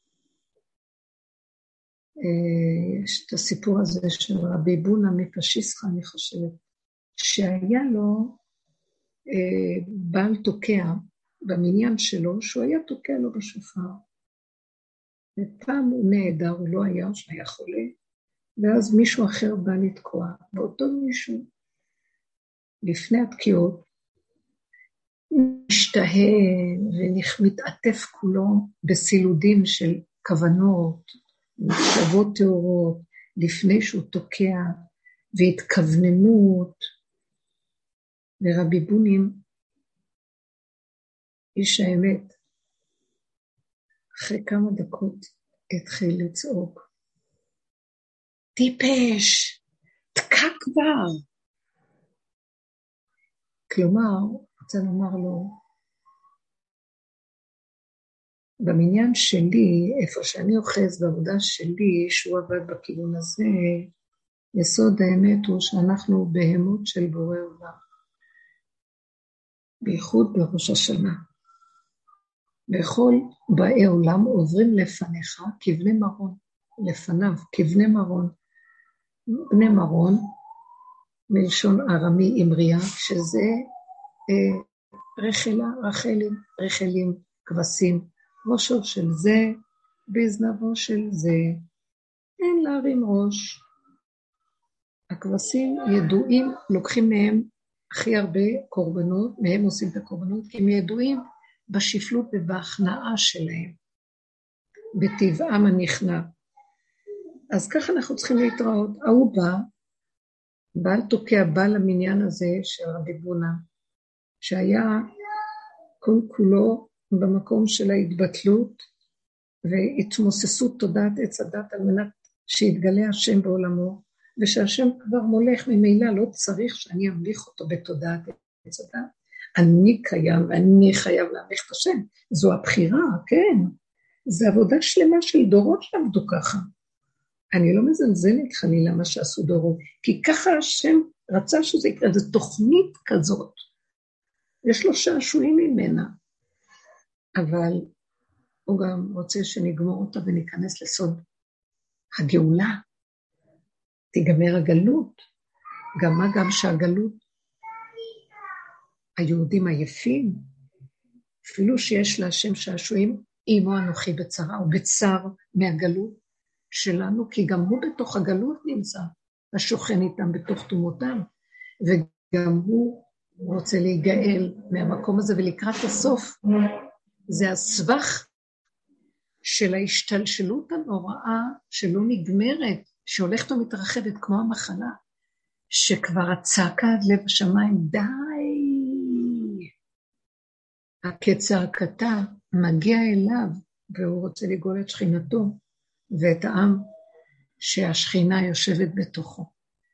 יש את הסיפור הזה של רבי בונה מפשיסחה, אני חושבת, שהיה לו בעל תוקע במניין שלו, שהוא היה תוקע לו בשופר. ופעם הוא נהדר, הוא לא היה, הוא שהיה חולה, ואז מישהו אחר בא לתקוע, ואותו מישהו, לפני התקיעות, משתהה ומתעטף כולו בסילודים של כוונות, מחשבות תאורות, לפני שהוא תוקע, והתכווננות, ורבי בונים, איש האמת, אחרי כמה דקות התחיל לצעוק, טיפש, תקע כבר, כלומר, רוצה לומר לו, במניין שלי, איפה שאני אוחז בעבודה שלי, שהוא עבד בכיוון הזה, יסוד האמת הוא שאנחנו בהמות של בורא עולם. בייחוד בראש השנה. וכל באי עולם עוברים לפניך כבני מרון, לפניו כבני מרון. בני מרון, מלשון ארמי אמריה, שזה רחלים, כבשים, ראשו של זה, בזנבו של זה, אין להרים ראש. הכבשים ידועים, לוקחים מהם הכי הרבה קורבנות, מהם עושים את הקורבנות, כי הם ידועים בשפלות ובהכנעה שלהם, בטבעם הנכנע. אז ככה אנחנו צריכים להתראות. הוא בעל תוקע, בעל המניין הזה של רבי בונה, שהיה כל כולו במקום של ההתבטלות והתמוססות תודעת עץ הדת על מנת שיתגלה השם בעולמו, ושהשם כבר מולך ממילא, לא צריך שאני אמליך אותו בתודעת עץ הדת. אני קיים ואני חייב להמליך את השם. זו הבחירה, כן. זו עבודה שלמה של דורות שעבדו ככה. אני לא מזלזלת חלילה מה שעשו דורות, כי ככה השם רצה שזה יקרה, זו תוכנית כזאת. יש לו שעשועים ממנה, אבל הוא גם רוצה שנגמור אותה וניכנס לסוד הגאולה. תיגמר הגלות, גם שהגלות, היהודים עייפים, אפילו שיש להשם שעשועים, אמו אנוכי בצרה, או בצר מהגלות שלנו, כי גם הוא בתוך הגלות נמצא, השוכן איתם בתוך תומותם, וגם הוא רוצה להיגאל מהמקום הזה, ולקראת הסוף, זה הסבך של ההשתלשלות הנוראה, שלא נגמרת, שהולכת ומתרחבת כמו המחלה, שכבר הצעקה עד לב השמיים, די, כצעקתה מגיע אליו, והוא רוצה לגאול את שכינתו, ואת העם שהשכינה יושבת בתוכו.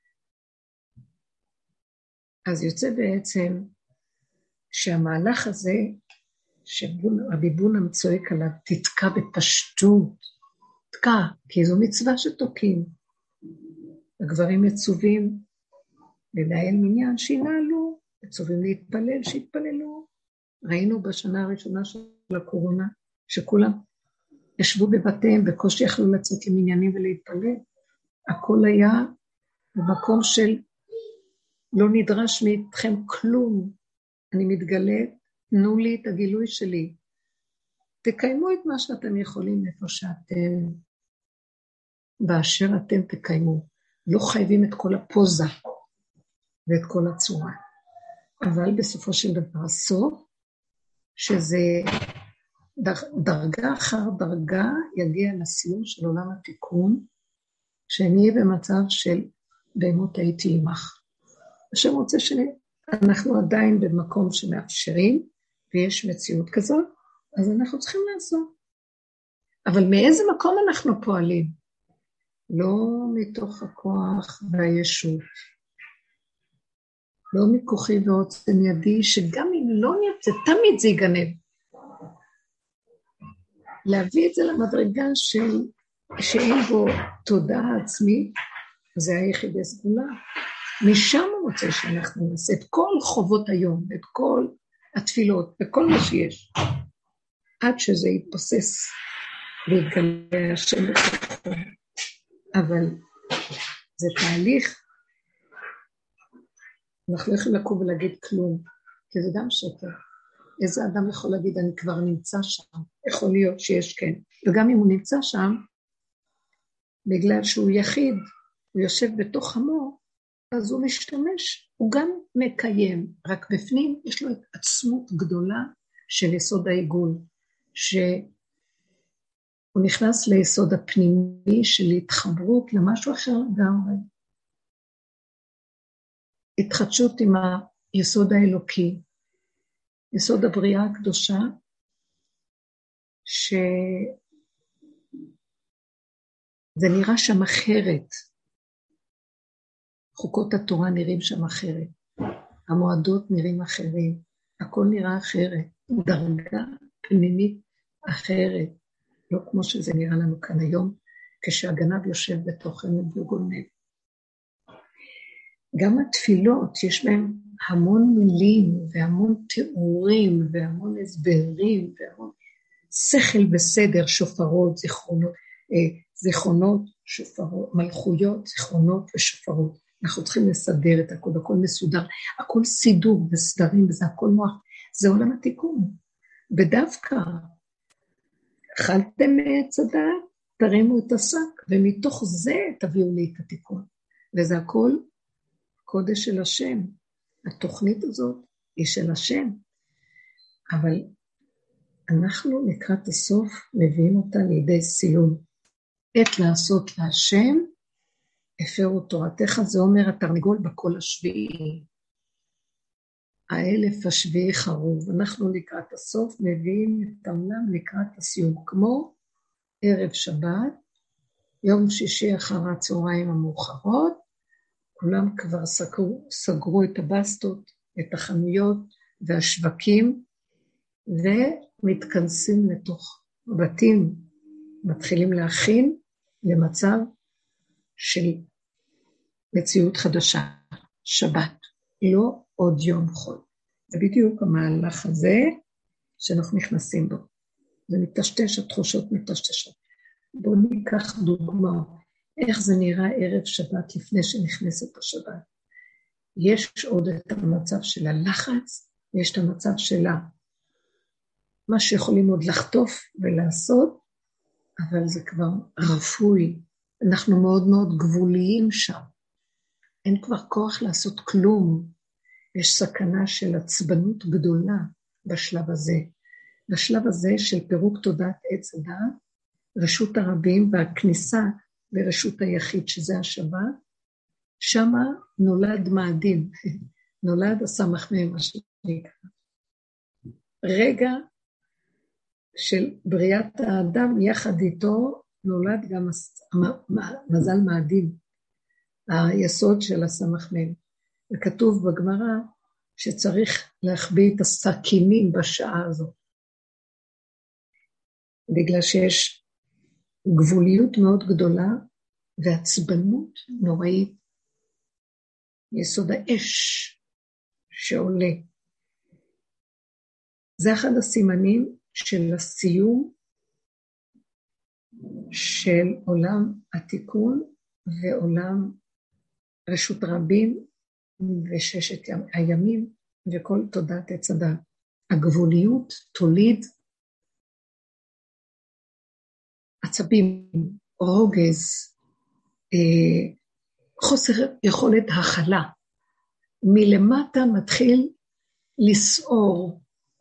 אז יוצא בעצם שהמהלך הזה, שרבי בונה צועק עליו, תתקע בפשטות, תתקע, כי זו מצווה שתוקעים. הגברים מצווים לנהל מניין, שינהלו, מצווים להתפלל, שיתפללו. ראינו בשנה הראשונה של הקורונה, שכולם ישבו בבתיהם, בקושי יכלו לצאת למניינים ולהתפלל. הכל היה במקום של לא נדרש מאיתכם כלום. אני מתגלה, תנו לי את הגילוי שלי. תקיימו את מה שאתם יכולים איפה שאתם, באשר אתם תקיימו. לא חייבים את כל הפוזה ואת כל הצורה. אבל בסופו של דבר הסוף, שזה דרגה אחר דרגה יגיע לסיום של עולם התיקון, שנהיה במצב של בהמות הייתי עמך. השם רוצה שאנחנו עדיין במקום שמאפשרים, ויש מציאות כזאת, אז אנחנו צריכים לעשות. אבל מאיזה מקום אנחנו פועלים? לא מתוך הכוח והישות. לא מכוחי ועוצם ידי, שגם אם לא נרצה, תמיד זה ייגנב. להביא את זה למדרגה שאין בו תודעה עצמית, זה היחידי סגולה. משם הוא רוצה שאנחנו נעשה את כל חובות היום, את כל התפילות, וכל מה שיש, עד שזה יתפוסס ויתגלה השם בתוכו. אבל זה תהליך, אנחנו לא יכולים לקום ולהגיד כלום, כי זה גם שקר. איזה אדם יכול להגיד, אני כבר נמצא שם, יכול להיות שיש כן. וגם אם הוא נמצא שם, בגלל שהוא יחיד, הוא יושב בתוך עמו, אז הוא משתמש, הוא גם מקיים, רק בפנים יש לו עצמות גדולה של יסוד העיגול, שהוא נכנס ליסוד הפנימי של התחברות למשהו אחר לגמרי. התחדשות עם היסוד האלוקי, יסוד הבריאה הקדושה, שזה נראה שם אחרת. חוקות התורה נראים שם אחרת. המועדות נראים אחרים, הכל נראה אחרת, דרגה פנימית אחרת, לא כמו שזה נראה לנו כאן היום, כשהגנב יושב בתוכנו וגונב. גם התפילות, יש בהם המון מילים, והמון תיאורים, והמון הסברים, והמון שכל בסדר, שופרות, זיכרונות, שופרות, מלכויות, זיכרונות ושופרות. אנחנו צריכים לסדר את הכל, הכל מסודר, הכל סידור וסדרים, וזה הכל מוח, זה עולם התיקון. ודווקא, אכלתם מעץ הדעת, תרימו את השק, ומתוך זה תביאו לי את התיקון. וזה הכל קודש של השם. התוכנית הזאת היא של השם. אבל אנחנו לקראת הסוף מביאים אותה לידי סיום. עת לעשות להשם, הפרו תורתך, זה אומר התרנגול בקול השביעי. 1000 השביעי חרוב. אנחנו לקראת הסוף מביאים את העולם לקראת הסיום, כמו ערב שבת, יום שישי אחר הצהריים המאוחרות, כולם כבר סגרו את הבסטות, את החנויות והשווקים, ומתכנסים לתוך בתים, מתחילים להכין למצב של מציאות חדשה, שבת, לא עוד יום חול. זה בדיוק המהלך הזה שאנחנו נכנסים בו. זה מטשטש, התחושות מטשטשות. בואו ניקח דוגמה, איך זה נראה ערב שבת לפני שנכנסת השבת. יש עוד את המצב של הלחץ, ויש את המצב שלה, מה שיכולים עוד לחטוף ולעשות, אבל זה כבר רפוי. אנחנו מאוד מאוד גבוליים שם. אין כבר כוח לעשות כלום. יש סכנה של עצבנות גדולה בשלב הזה. בשלב הזה של פירוק תודעת עץ הדעת, רשות הרבים והכניסה לרשות היחיד שזה השבת, שמה נולד מאדים, נולד הסמך מהם, מה שנקרא. רגע של בריאת האדם, יחד איתו נולד גם מזל מאדים, היסוד של הסמך מהם. וכתוב בגמרא שצריך להחביא את הסכינים בשעה הזאת. בגלל שיש גבוליות מאוד גדולה ועצבנות נוראית, יסוד האש שעולה. זה אחד הסימנים של הסיום של עולם התיקון ועולם רשות רבים וששת הימים וכל תודעת עץ הדעת. הגבוליות תוליד עצבים, רוגז, חוסר יכולת הכלה. מלמטה מתחיל לסעור.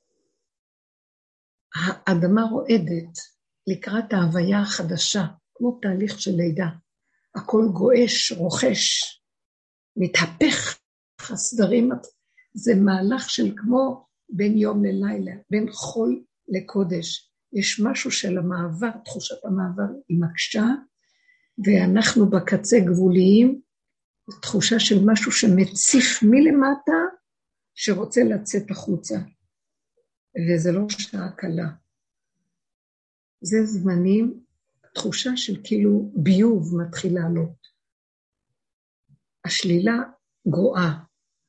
האדמה רועדת לקראת ההוויה החדשה, כמו תהליך של לידה. הכל גועש, רוחש, מתהפך, הסדרים. זה מהלך של כמו בין יום ללילה, בין חול לקודש. יש משהו של המעבר, תחושת המעבר היא מקשה, ואנחנו בקצה גבוליים, תחושה של משהו שמציף מלמטה, שרוצה לצאת החוצה. וזה לא שעה קלה. זה זמנים, תחושה של כאילו ביוב מתחיל לעלות. השלילה גרועה.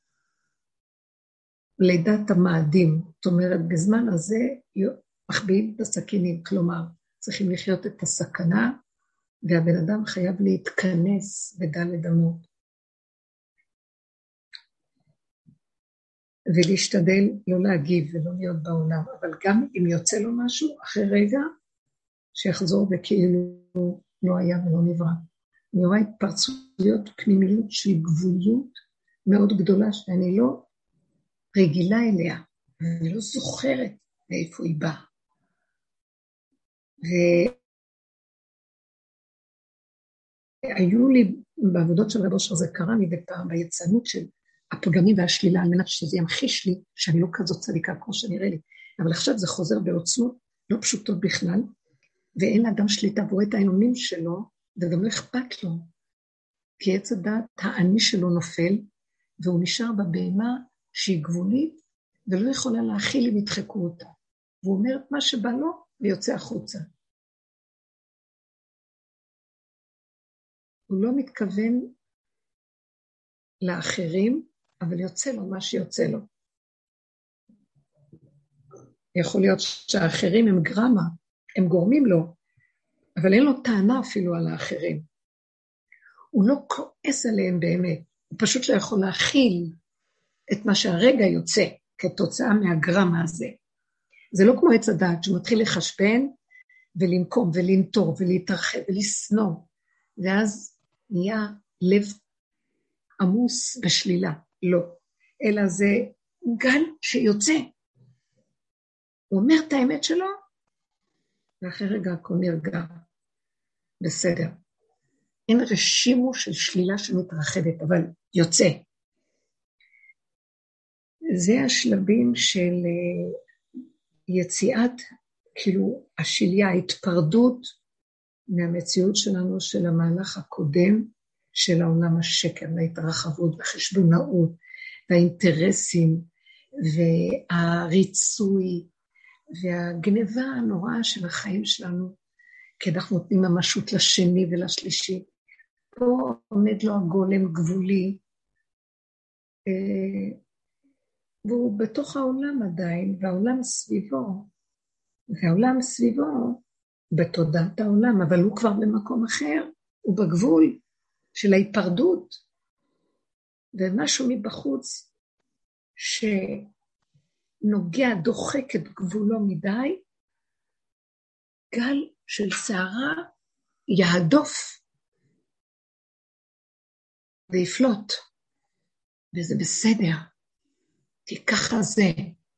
לידת המאדים, זאת אומרת, בזמן הזה מחביאים את הסכינים, כלומר, צריכים לחיות את הסכנה, והבן אדם חייב להתכנס בדלת אמות. ולהשתדל לא להגיב ולא להיות בעולם, אבל גם אם יוצא לו משהו, אחרי רגע, שיחזור וכאילו לא היה ולא נברא. אני רואה התפרצויות פנימיות של גבוליות מאוד גדולה, שאני לא רגילה אליה, ואני לא זוכרת מאיפה היא באה. והיו לי בעבודות של רב אושר, זה קרה לי בפעם, ביצנות של הפגמים והשלילה, על מנת שזה ימחיש לי שאני לא כזאת צדיקה כמו שנראה לי. אבל עכשיו זה חוזר בעוצמות לא פשוטות בכלל, ואין לאדם שליטה, והוא את העינונים שלו, וגם לא אכפת לו, כי עץ הדעת העני שלו נופל, והוא נשאר בבהמה שהיא גבולית, ולא יכולה להכיל אם ידחקו אותה. והוא אומר את מה שבא לו, ויוצא החוצה. הוא לא מתכוון לאחרים, אבל יוצא לו מה שיוצא לו. יכול להיות שהאחרים הם גרמה, הם גורמים לו, אבל אין לו טענה אפילו על האחרים. הוא לא כועס עליהם באמת, הוא פשוט לא יכול להכיל את מה שהרגע יוצא כתוצאה מהגרמה הזה. זה לא כמו עץ הדעת שמתחיל לחשבן ולנקום ולנטור ולהתרחב ולסנוע, ואז נהיה לב עמוס בשלילה. לא, אלא זה גל שיוצא. הוא אומר את האמת שלו, ואחרי רגע הכל נרגע. בסדר. אין רשימו של שלילה שמתרחבת, אבל יוצא. זה השלבים של יציאת, כאילו השליה, ההתפרדות מהמציאות שלנו, של המהלך הקודם, של העולם השקר, וההתרחבות, והחשבונאות, והאינטרסים, והריצוי, והגניבה הנוראה של החיים שלנו, כי אנחנו נותנים ממשות לשני ולשלישי. פה עומד לו הגולם גבולי, והוא בתוך העולם עדיין, והעולם סביבו, בתודעת העולם, אבל הוא כבר במקום אחר, הוא בגבול של ההיפרדות, ומשהו מבחוץ שנוגע, דוחק את גבולו מדי, גל של שערה יהדוף ויפלוט, וזה בסדר, כי ככה זה.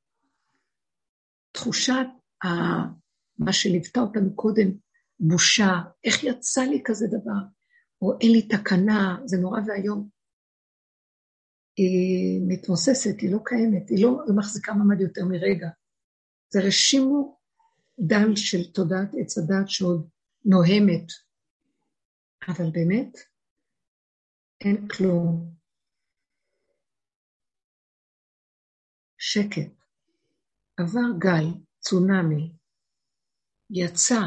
תחושת מה שליוותה אותנו קודם, בושה, איך יצא לי כזה דבר, או אין לי תקנה, זה נורא והיום. היא מתמוססת, היא לא קיימת, היא לא מחזיקה ממד יותר מרגע. זה רשימו דל של תודעת עץ הדת שעוד נוהמת, אבל באמת אין כלום. שקט, עבר גל, צונמי, יצא.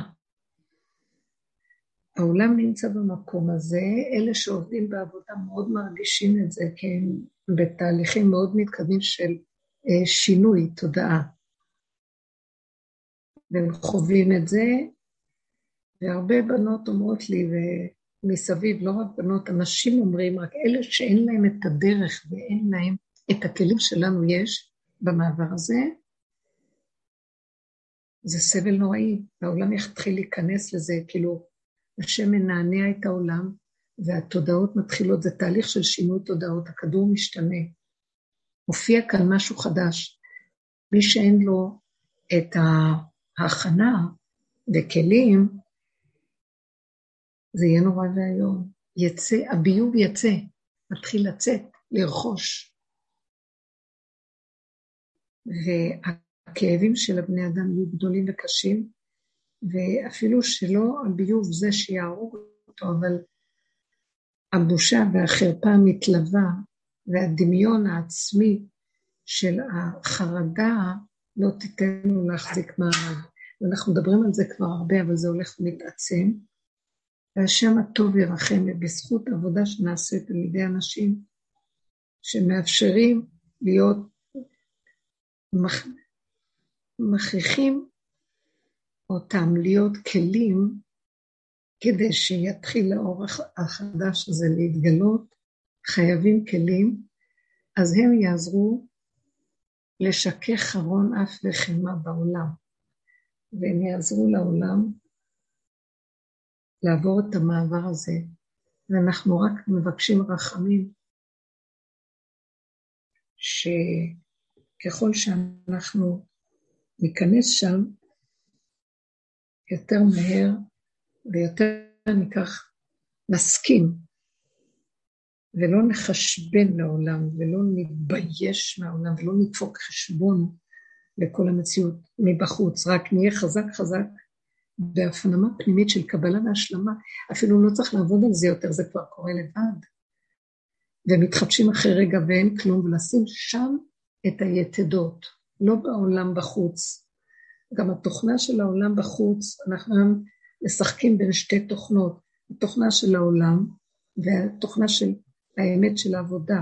העולם נמצא במקום הזה, אלה שעובדים בעבודה מאוד מרגישים את זה, כי הם בתהליכים מאוד מתקדמים של שינוי תודעה. והם חווים את זה, והרבה בנות אומרות לי, ומסביב, לא רק בנות, אנשים אומרים, רק אלה שאין להם את הדרך, ואין להם את הכלים שלנו יש במעבר הזה, זה סבל נוראי, והעולם יתחיל להיכנס לזה, כאילו, השם מנענע את העולם, והתודעות מתחילות, זה תהליך של שינוי תודעות, הכדור משתנה, מופיע כאן משהו חדש, מי שאין לו את ההכנה וכלים, זה יהיה נורא והיום, יצא, הביוב יצא, מתחיל לצאת, לרכוש, והכאבים של הבני אדם יהיו גדולים וקשים, ואפילו שלא הביוב זה שיערוג אותו, אבל הבושה והחרפה המתלווה, והדמיון העצמי של החרדה, לא תיתנו להחזיק מעמד. ואנחנו מדברים על זה כבר הרבה, אבל זה הולך ומתעצם. והשם הטוב ירחם, ובזכות עבודה שנעשית על ידי אנשים, שמאפשרים להיות מכריחים אותם להיות כלים, כדי שיתחיל האורך החדש הזה להתגלות, חייבים כלים, אז הם יעזרו לשכך חרון אף וחימה בעולם, והם יעזרו לעולם לעבור את המעבר הזה, ואנחנו רק מבקשים רחמים, שככל שאנחנו ניכנס שם, יותר מהר ויותר ניקח, נסכים, ולא נחשבן לעולם, ולא נתבייש מהעולם, ולא נדפוק חשבון לכל המציאות מבחוץ, רק נהיה חזק חזק, בהפנמה פנימית של קבלה והשלמה, אפילו לא צריך לעבוד על זה יותר, זה כבר קורה לבד, ומתחדשים אחרי רגע ואין כלום, ולשים שם את היתדות, לא בעולם בחוץ. גם התוכנה של העולם בחוץ, אנחנו היום משחקים בין שתי תוכנות, התוכנה של העולם והתוכנה של האמת של העבודה.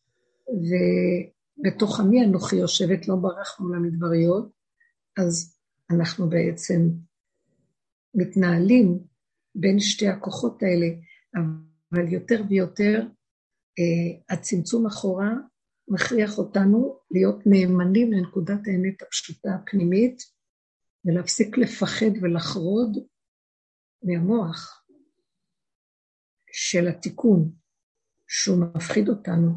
ובתוך עמי אנוכי יושבת, לא ברחנו למדבריות, אז אנחנו בעצם מתנהלים בין שתי הכוחות האלה, אבל יותר ויותר הצמצום אחורה מכריח אותנו להיות נאמנים לנקודת האמת הפשוטה הפנימית, ולהפסיק לפחד ולחרוד מהמוח של התיקון, שהוא מפחיד אותנו,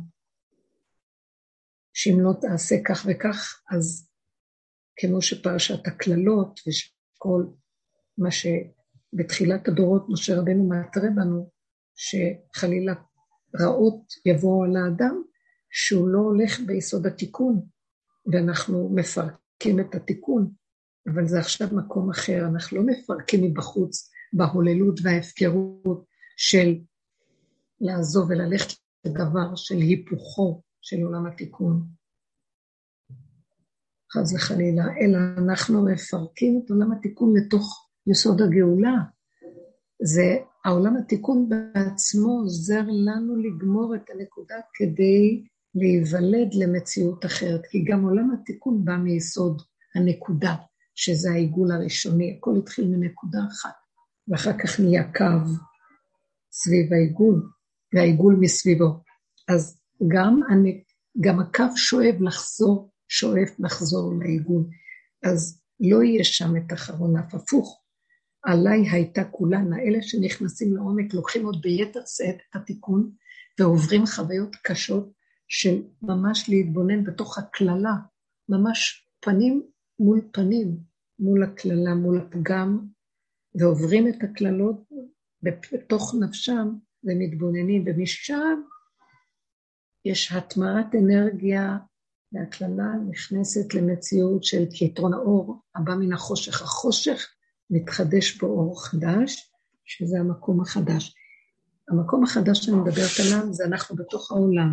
שאם לא תעשה כך וכך, אז כמו שפרשת הכללות, וכל מה שבתחילת הדורות משה רבנו מתרה בנו, שחלילה רעות יבואו על האדם, שהוא לא הולך ביסוד התיקון, ואנחנו מפרקים את התיקון, אבל זה עכשיו מקום אחר, אנחנו לא מפרקים מבחוץ, בהוללות וההפקרות של לעזוב וללכת לדבר של היפוכו של עולם התיקון. חס וחלילה, אלא אנחנו מפרקים את עולם התיקון לתוך יסוד הגאולה. זה העולם התיקון בעצמו עוזר לנו לגמור את הנקודה כדי להיוולד למציאות אחרת, כי גם עולם התיקון בא מיסוד הנקודה, שזה העיגול הראשוני, הכל התחיל מנקודה אחת, ואחר כך נהיה קו סביב העיגול, והעיגול מסביבו. אז גם הקו שואף לחזור לעיגול, אז לא יהיה שם את אחרון אף הפוך. עליי הייתה כולנה, אלה שנכנסים לעומק, לוקחים עוד ביתר שאת את התיקון, ועוברים חוויות קשות של ממש להתבונן בתוך הכללה, ממש פנים מול פנים, מול הכללה, מול הפגם, ועוברים את הכללות בתוך נפשם, ומתבוננים, ומשם יש התמרת אנרגיה, והכללה נכנסת למציאות של כיתרון האור, הבא מן החושך. החושך מתחדש בו אור חדש, שזה המקום החדש. המקום החדש שאני מדברת עליו, זה אנחנו בתוך העולם.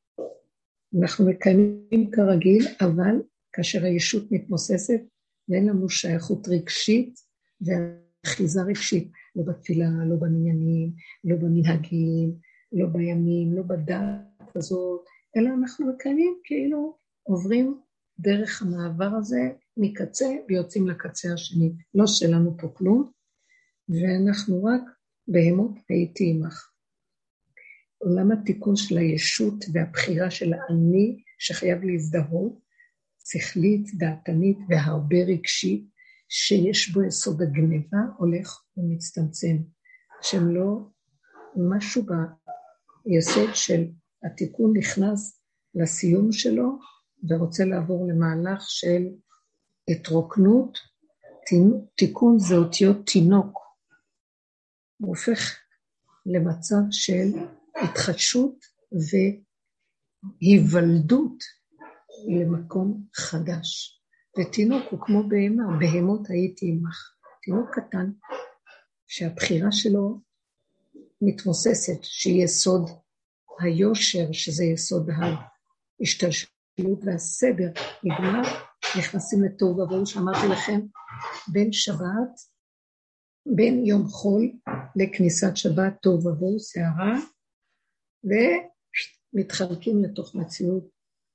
אנחנו מקיימים כרגיל, אבל כאשר הישות מתמוססת, ואין לנו שייכות רגשית, ואחיזה רגשית, לא בתפילה, לא במניינים, לא במנהגים, לא בימים, לא בדת הזאת, אלא אנחנו מקיימים כאילו עוברים דרך המעבר הזה מקצה ויוצאים לקצה השני. לא שלנו פה כלום, ואנחנו רק בהמות הייתי עמך. עולם התיקון של הישות והבחירה של האני שחייב להזדהות, שכלית, דעתנית והרבה רגשית, שיש בו יסוד הגניבה, הולך ומצטמצם. שהם לא משהו ביסוד של התיקון נכנס לסיום שלו, ורוצה לעבור למהלך של התרוקנות. תיקון זה אותיות תינוק. הוא הופך למצב של התחדשות והיוולדות למקום חדש. ותינוק הוא כמו בהמה, בהמות הייתי עמך. תינוק קטן שהבחירה שלו מתמוססת, שהיא יסוד היושר, שזה יסוד ההשתלשלות והסדר, נגמר, נכנסים לתוהו ובוהו, שאמרתי לכם, בין שבת, בין יום חול לכניסת שבת, תוהו ובוהו, שערה, ומתחלקים לתוך מציאות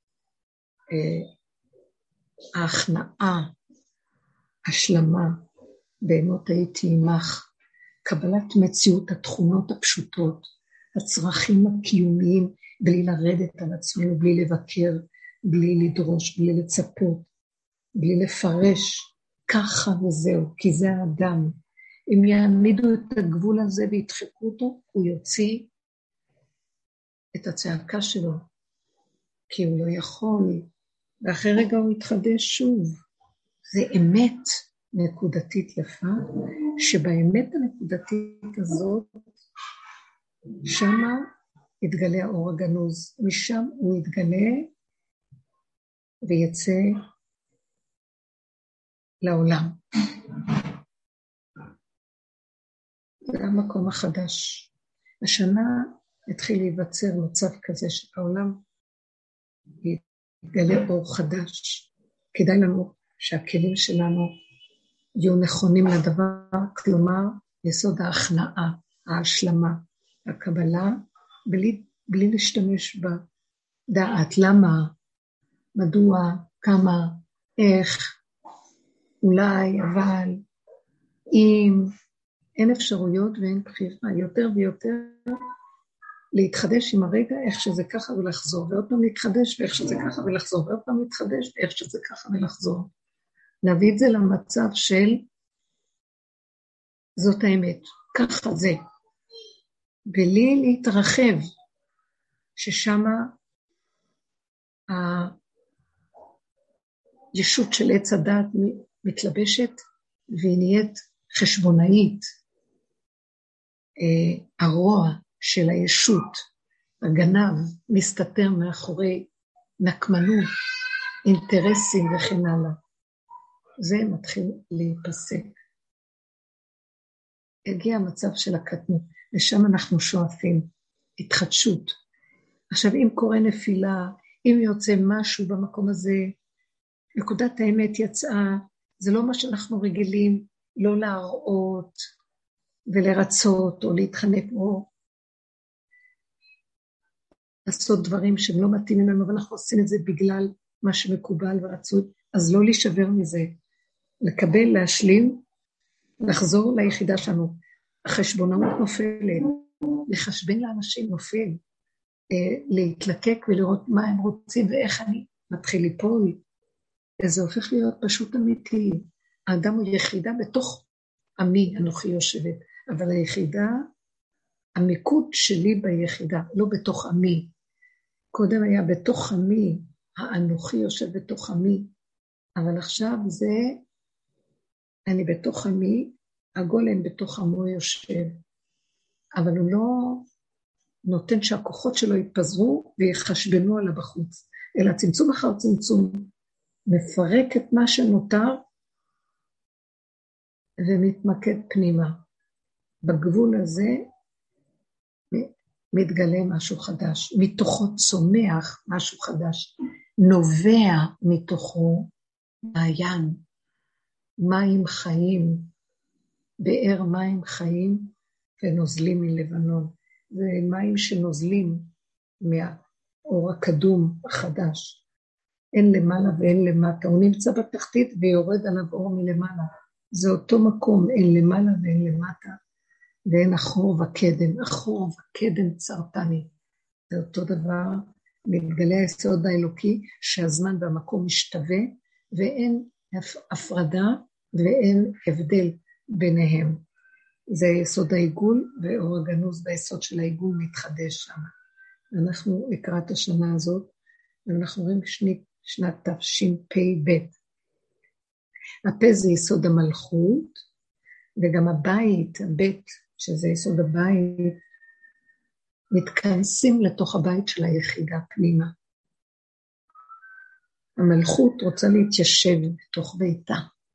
ההכנעה, השלמה, בהמות הייתי עמך, קבלת מציאות התכונות הפשוטות, הצרכים הקיומיים, בלי לרדת על עצמנו, בלי לבקר, בלי לדרוש, בלי לצפות, בלי לפרש, ככה וזהו, כי זה האדם. אם יעמידו את הגבול הזה וידחקו אותו, הוא יוציא את הצעקה שלו, כי הוא לא יכול, ואחרי רגע הוא יתחדש שוב. זה אמת נקודתית יפה, שבאמת הנקודתית הזאת, שמה יתגלה האור הגנוז, משם הוא יתגלה ויצא לעולם. זה המקום החדש. השנה התחיל להיווצר מצב כזה שהעולם יתגלה אור חדש. כדאי לנו שהכלים שלנו יהיו נכונים לדבר, כלומר יסוד ההכנעה, ההשלמה, הקבלה, בלי להשתמש בדעת. למה, מדוע, כמה, איך, אולי, אבל, אם, אין אפשרויות ואין בחירה, יותר ויותר להתחדש עם הרגע, איך שזה ככה ולחזור, ועוד פעם להתחדש ואיך שזה ככה ולחזור, ועוד פעם להתחדש ואיך שזה ככה ולחזור. להביא את זה למצב של זאת האמת, ככה זה, בלי להתרחב, ששם הישות של עץ הדעת מתלבשת, והיא נהיית חשבונאית, הרוע של הישות, הגנב, מסתתר מאחורי נקמנות, אינטרסים וכן הלאה. זה מתחיל להיפסק. הגיע המצב של הקטנות, ושם אנחנו שואפים, התחדשות. עכשיו, אם קורה נפילה, אם יוצא משהו במקום הזה, נקודת האמת יצאה, זה לא מה שאנחנו רגילים, לא להראות ולרצות או להתחנק או לעשות דברים שהם לא מתאימים לנו, ואנחנו עושים את זה בגלל מה שמקובל ורצוי, אז לא להישבר מזה, לקבל, להשלים, לחזור ליחידה שלנו. החשבונאות נופלת, לחשבן לאנשים נופל, להתלקק ולראות מה הם רוצים ואיך אני מתחיל ליפול, זה הופך להיות פשוט אמיתי. האדם הוא יחידה בתוך עמי, אנוכי יושבת, אבל היחידה, המיקוד שלי ביחידה, לא בתוך עמי. קודם היה בתוך עמי, האנוכי יושב בתוך עמי, אבל עכשיו זה, אני בתוך עמי, הגולם בתוך עמו יושב, אבל הוא לא נותן שהכוחות שלו יתפזרו ויחשבנו עליו בחוץ, אלא צמצום אחר צמצום, מפרק את מה שנותר ומתמקד פנימה. בגבול הזה מתגלה משהו חדש, מתוכו צומח משהו חדש, נובע מתוכו מעיין, מים חיים, באר מים חיים ונוזלים מלבנון. זה מים שנוזלים מהאור הקדום החדש. אין למעלה ואין למטה, הוא נמצא בתחתית ויורד עליו אור מלמעלה. זה אותו מקום, אין למעלה ואין למטה, ואין אחור וקדם, אחור וקדם צרתני. זה אותו דבר, מתגלה היסוד האלוקי, שהזמן והמקום משתווה, ואין הפרדה ואין הבדל ביניהם. זה יסוד העיגול, ואור הגנוז ביסוד של העיגול מתחדש שם. אנחנו לקראת השנה הזאת, ואנחנו רואים שנת תשפ"ב. הפה זה יסוד המלכות, וגם הבית, הבית, שזה יסוד הבית, מתכנסים לתוך הבית של היחידה פנימה. המלכות רוצה להתיישב בתוך ביתה.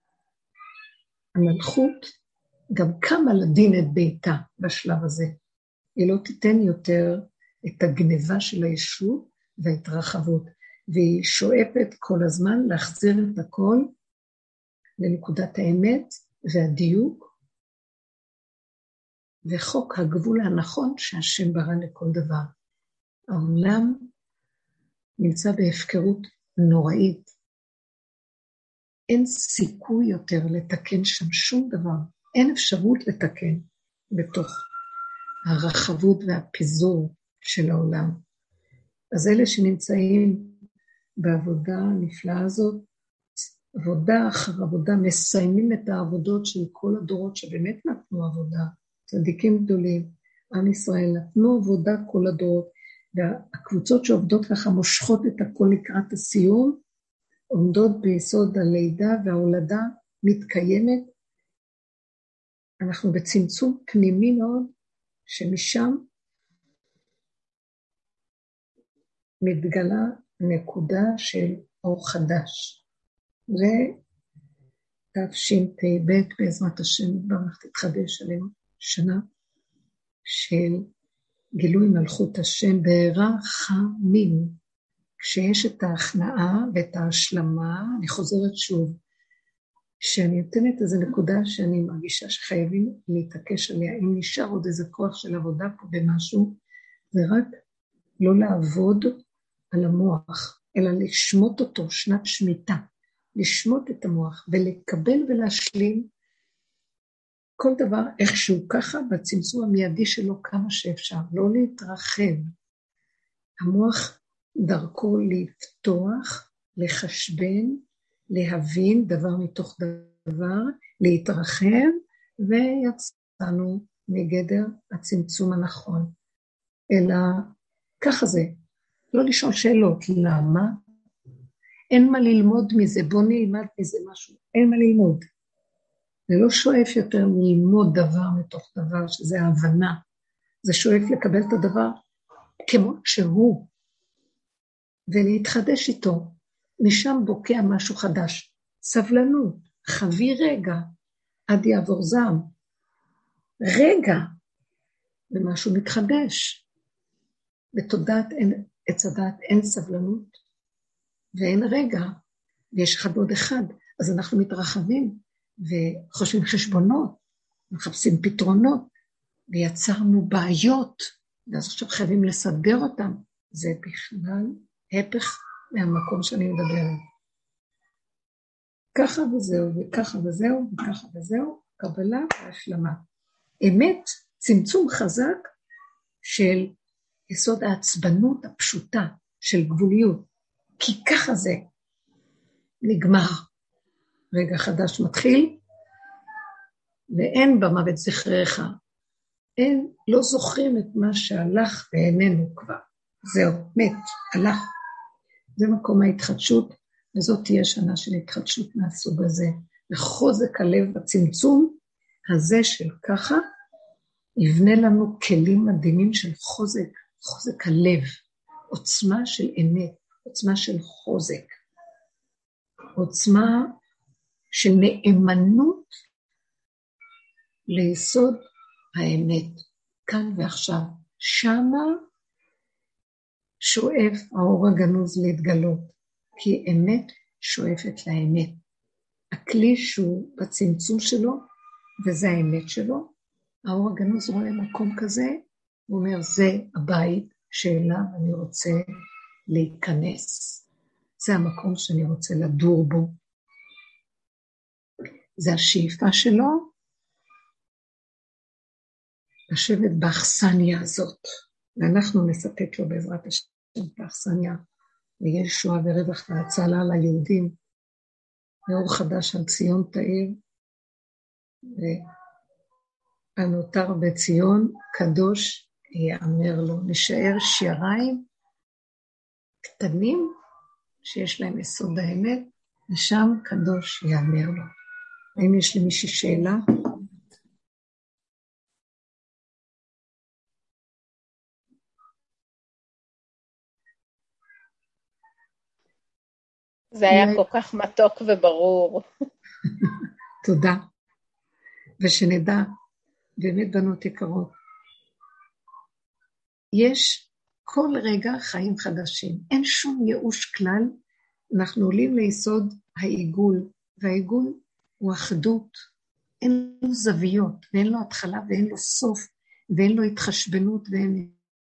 המלכות גם קמה לדין את ביתה בשלב הזה. היא לא תיתן יותר את הגניבה של הישות וההתרחבות, והיא שואפת כל הזמן להחזיר את הכל לנקודת האמת והדיוק, וחוק הגבול הנכון שהשם ברא לכל דבר. העולם נמצא בהפקרות נוראית. אין סיכוי יותר לתקן שם שום דבר. אין אפשרות לתקן בתוך הרחבות והפיזור של העולם. אז אלה שנמצאים בעבודה הנפלאה הזאת, עבודה אחר עבודה, מסיימים את העבודות של כל הדורות שבאמת נתנו עבודה, צדיקים גדולים, עם ישראל נתנו עבודה כל הדורות, והקבוצות שעובדות ככה מושכות את הכל לקראת הסיום, עומדות ביסוד הלידה וההולדה מתקיימת, אנחנו בצמצום פנימי מאוד, שמשם מתגלה נקודה של אור חדש. ותשפ"ב בעזרת השם ברוך תתחדש עלינו שנה של גילוי מלכות השם ברחמים, כשיש את ההכנעה ואת ההשלמה, אני חוזרת שוב, שאני נותנת איזו נקודה שאני מרגישה שחייבים להתעקש עליה, אם נשאר עוד איזה כוח של עבודה פה במשהו, זה רק לא לעבוד על המוח, אלא לשמוט אותו, שנת שמיטה, לשמוט את המוח ולקבל ולהשלים כל דבר איכשהו ככה בצמצום המיידי שלו כמה שאפשר, לא להתרחב. המוח דרכו לפתוח, לחשבן, להבין דבר מתוך דבר, להתרחב, ויצאנו מגדר הצמצום הנכון. אלא ככה זה, לא לשאול שאלות, למה? אין מה ללמוד מזה, בוא נלמד מזה משהו, אין מה ללמוד. זה לא שואף יותר ללמוד דבר מתוך דבר, שזה ההבנה. זה שואף לקבל את הדבר כמו שהוא, ולהתחדש איתו. משם בוקע משהו חדש. סבלנות, חווי רגע, עד יעבור זעם. רגע, ומשהו מתחדש. בתודעת עץ הדעת אין סבלנות, ואין רגע, ויש אחד עוד אחד, אז אנחנו מתרחבים, וחושבים חשבונות, מחפשים פתרונות, ויצרנו בעיות, ואז עכשיו חייבים לסדר אותם. זה בכלל הפך מהמקום שאני מדברת. ככה וזהו, וככה וזהו, וככה וזהו, קבלה והשלמה. אמת, צמצום חזק של יסוד העצבנות הפשוטה, של גבוליות, כי ככה זה נגמר. רגע חדש מתחיל, ואין במוות זכריך. אין, לא זוכרים את מה שהלך ואיננו כבר. זהו, מת, הלך. זה מקום ההתחדשות, וזאת תהיה שנה של התחדשות מהסוג הזה. וחוזק הלב בצמצום הזה של ככה, יבנה לנו כלים מדהימים של חוזק הלב, עוצמה של אמת, עוצמה של חוזק, עוצמה של נאמנות ליסוד האמת, כאן ועכשיו. שמה שואף האור הגנוז להתגלות, כי אמת שואפת לאמת. הכלי שהוא בצמצום שלו, וזה האמת שלו, האור הגנוז רואה מקום כזה, הוא אומר, זה הבית שאליו אני רוצה להיכנס. זה המקום שאני רוצה לדור בו. זה השאיפה שלו, לשבת באכסניה הזאת, ואנחנו נספק לו בעזרת השם באכסניה, ויהיה ישועה ורווח והצלה ליהודים, ואור חדש על ציון תאיר, והנותר בציון קדוש יאמר לו. נשאר שיריים קטנים, שיש להם יסוד האמת, ושם קדוש יאמר לו. האם יש למישהי שאלה? זה היה כל כך מתוק וברור. תודה. ושנדע, באמת בנות יקרות, יש כל רגע חיים חדשים. אין שום ייאוש כלל. אנחנו עולים ליסוד העיגול, והעיגול הוא אחדות. אין לו זוויות, ואין לו התחלה, ואין לו סוף, ואין לו התחשבנות, ואין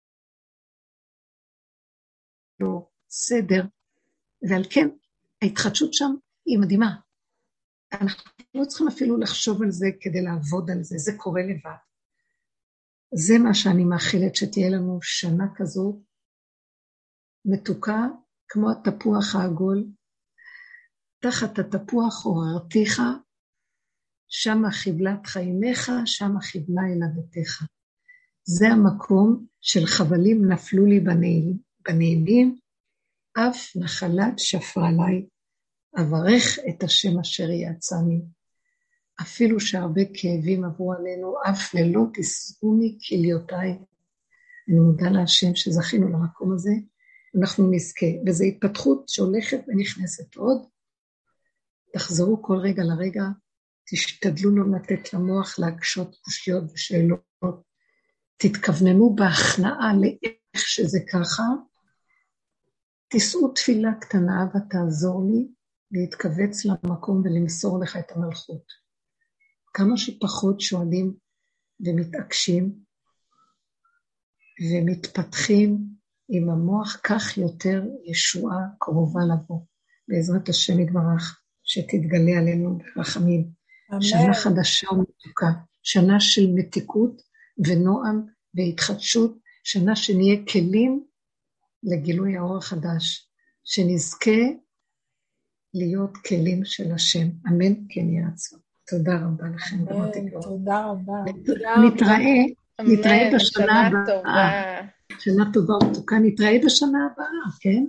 לו סדר. ועל כן, ההתחדשות שם היא מדהימה. אנחנו לא צריכים אפילו לחשוב על זה כדי לעבוד על זה, זה קורה לבד. זה מה שאני מאחלת, שתהיה לנו שנה כזאת, מתוקה כמו התפוח העגול, תחת התפוח עוררתיך, שם חיבלת חיימך, שם חיבלה ילדתך. זה המקום של חבלים נפלו לי בנעימים, אף נחלת שפרה עליי, אברך את השם אשר יעצני. אפילו שהרבה כאבים עברו עלינו, אף ללא תסעוני כליותיי. אני מודה להשם שזכינו למקום הזה, אנחנו נזכה. וזו התפתחות שהולכת ונכנסת עוד. תחזרו כל רגע לרגע, תשתדלו לא לתת למוח להקשות קושיות ושאלות. תתכווננו בהכנעה לאיך שזה ככה, תישאו תפילה קטנה ותעזור לי להתכווץ למקום ולמסור לך את המלכות. כמה שפחות שואלים ומתעקשים ומתפתחים עם המוח, כך יותר ישועה קרובה לבוא. בעזרת השם יתברך, שתתגלה עלינו ברחמים. אמן. שנה חדשה ומתוקה, שנה של מתיקות ונועם והתחדשות, שנה שנהיה כלים לגילוי האור החדש, שנזכה להיות כלים של השם. אמן, כן יהיה רצון. תודה רבה לכם. תודה רבה. נתראה בשנה הבאה. שנה טובה ומתוקה, נתראה בשנה הבאה, כן?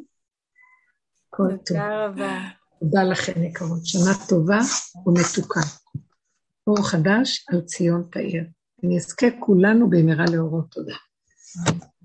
תודה רבה. תודה לכם יקרות, שנה טובה ומתוקה. אור חדש על ציון תאיר. ונזכה כולנו במהרה לאורות. תודה.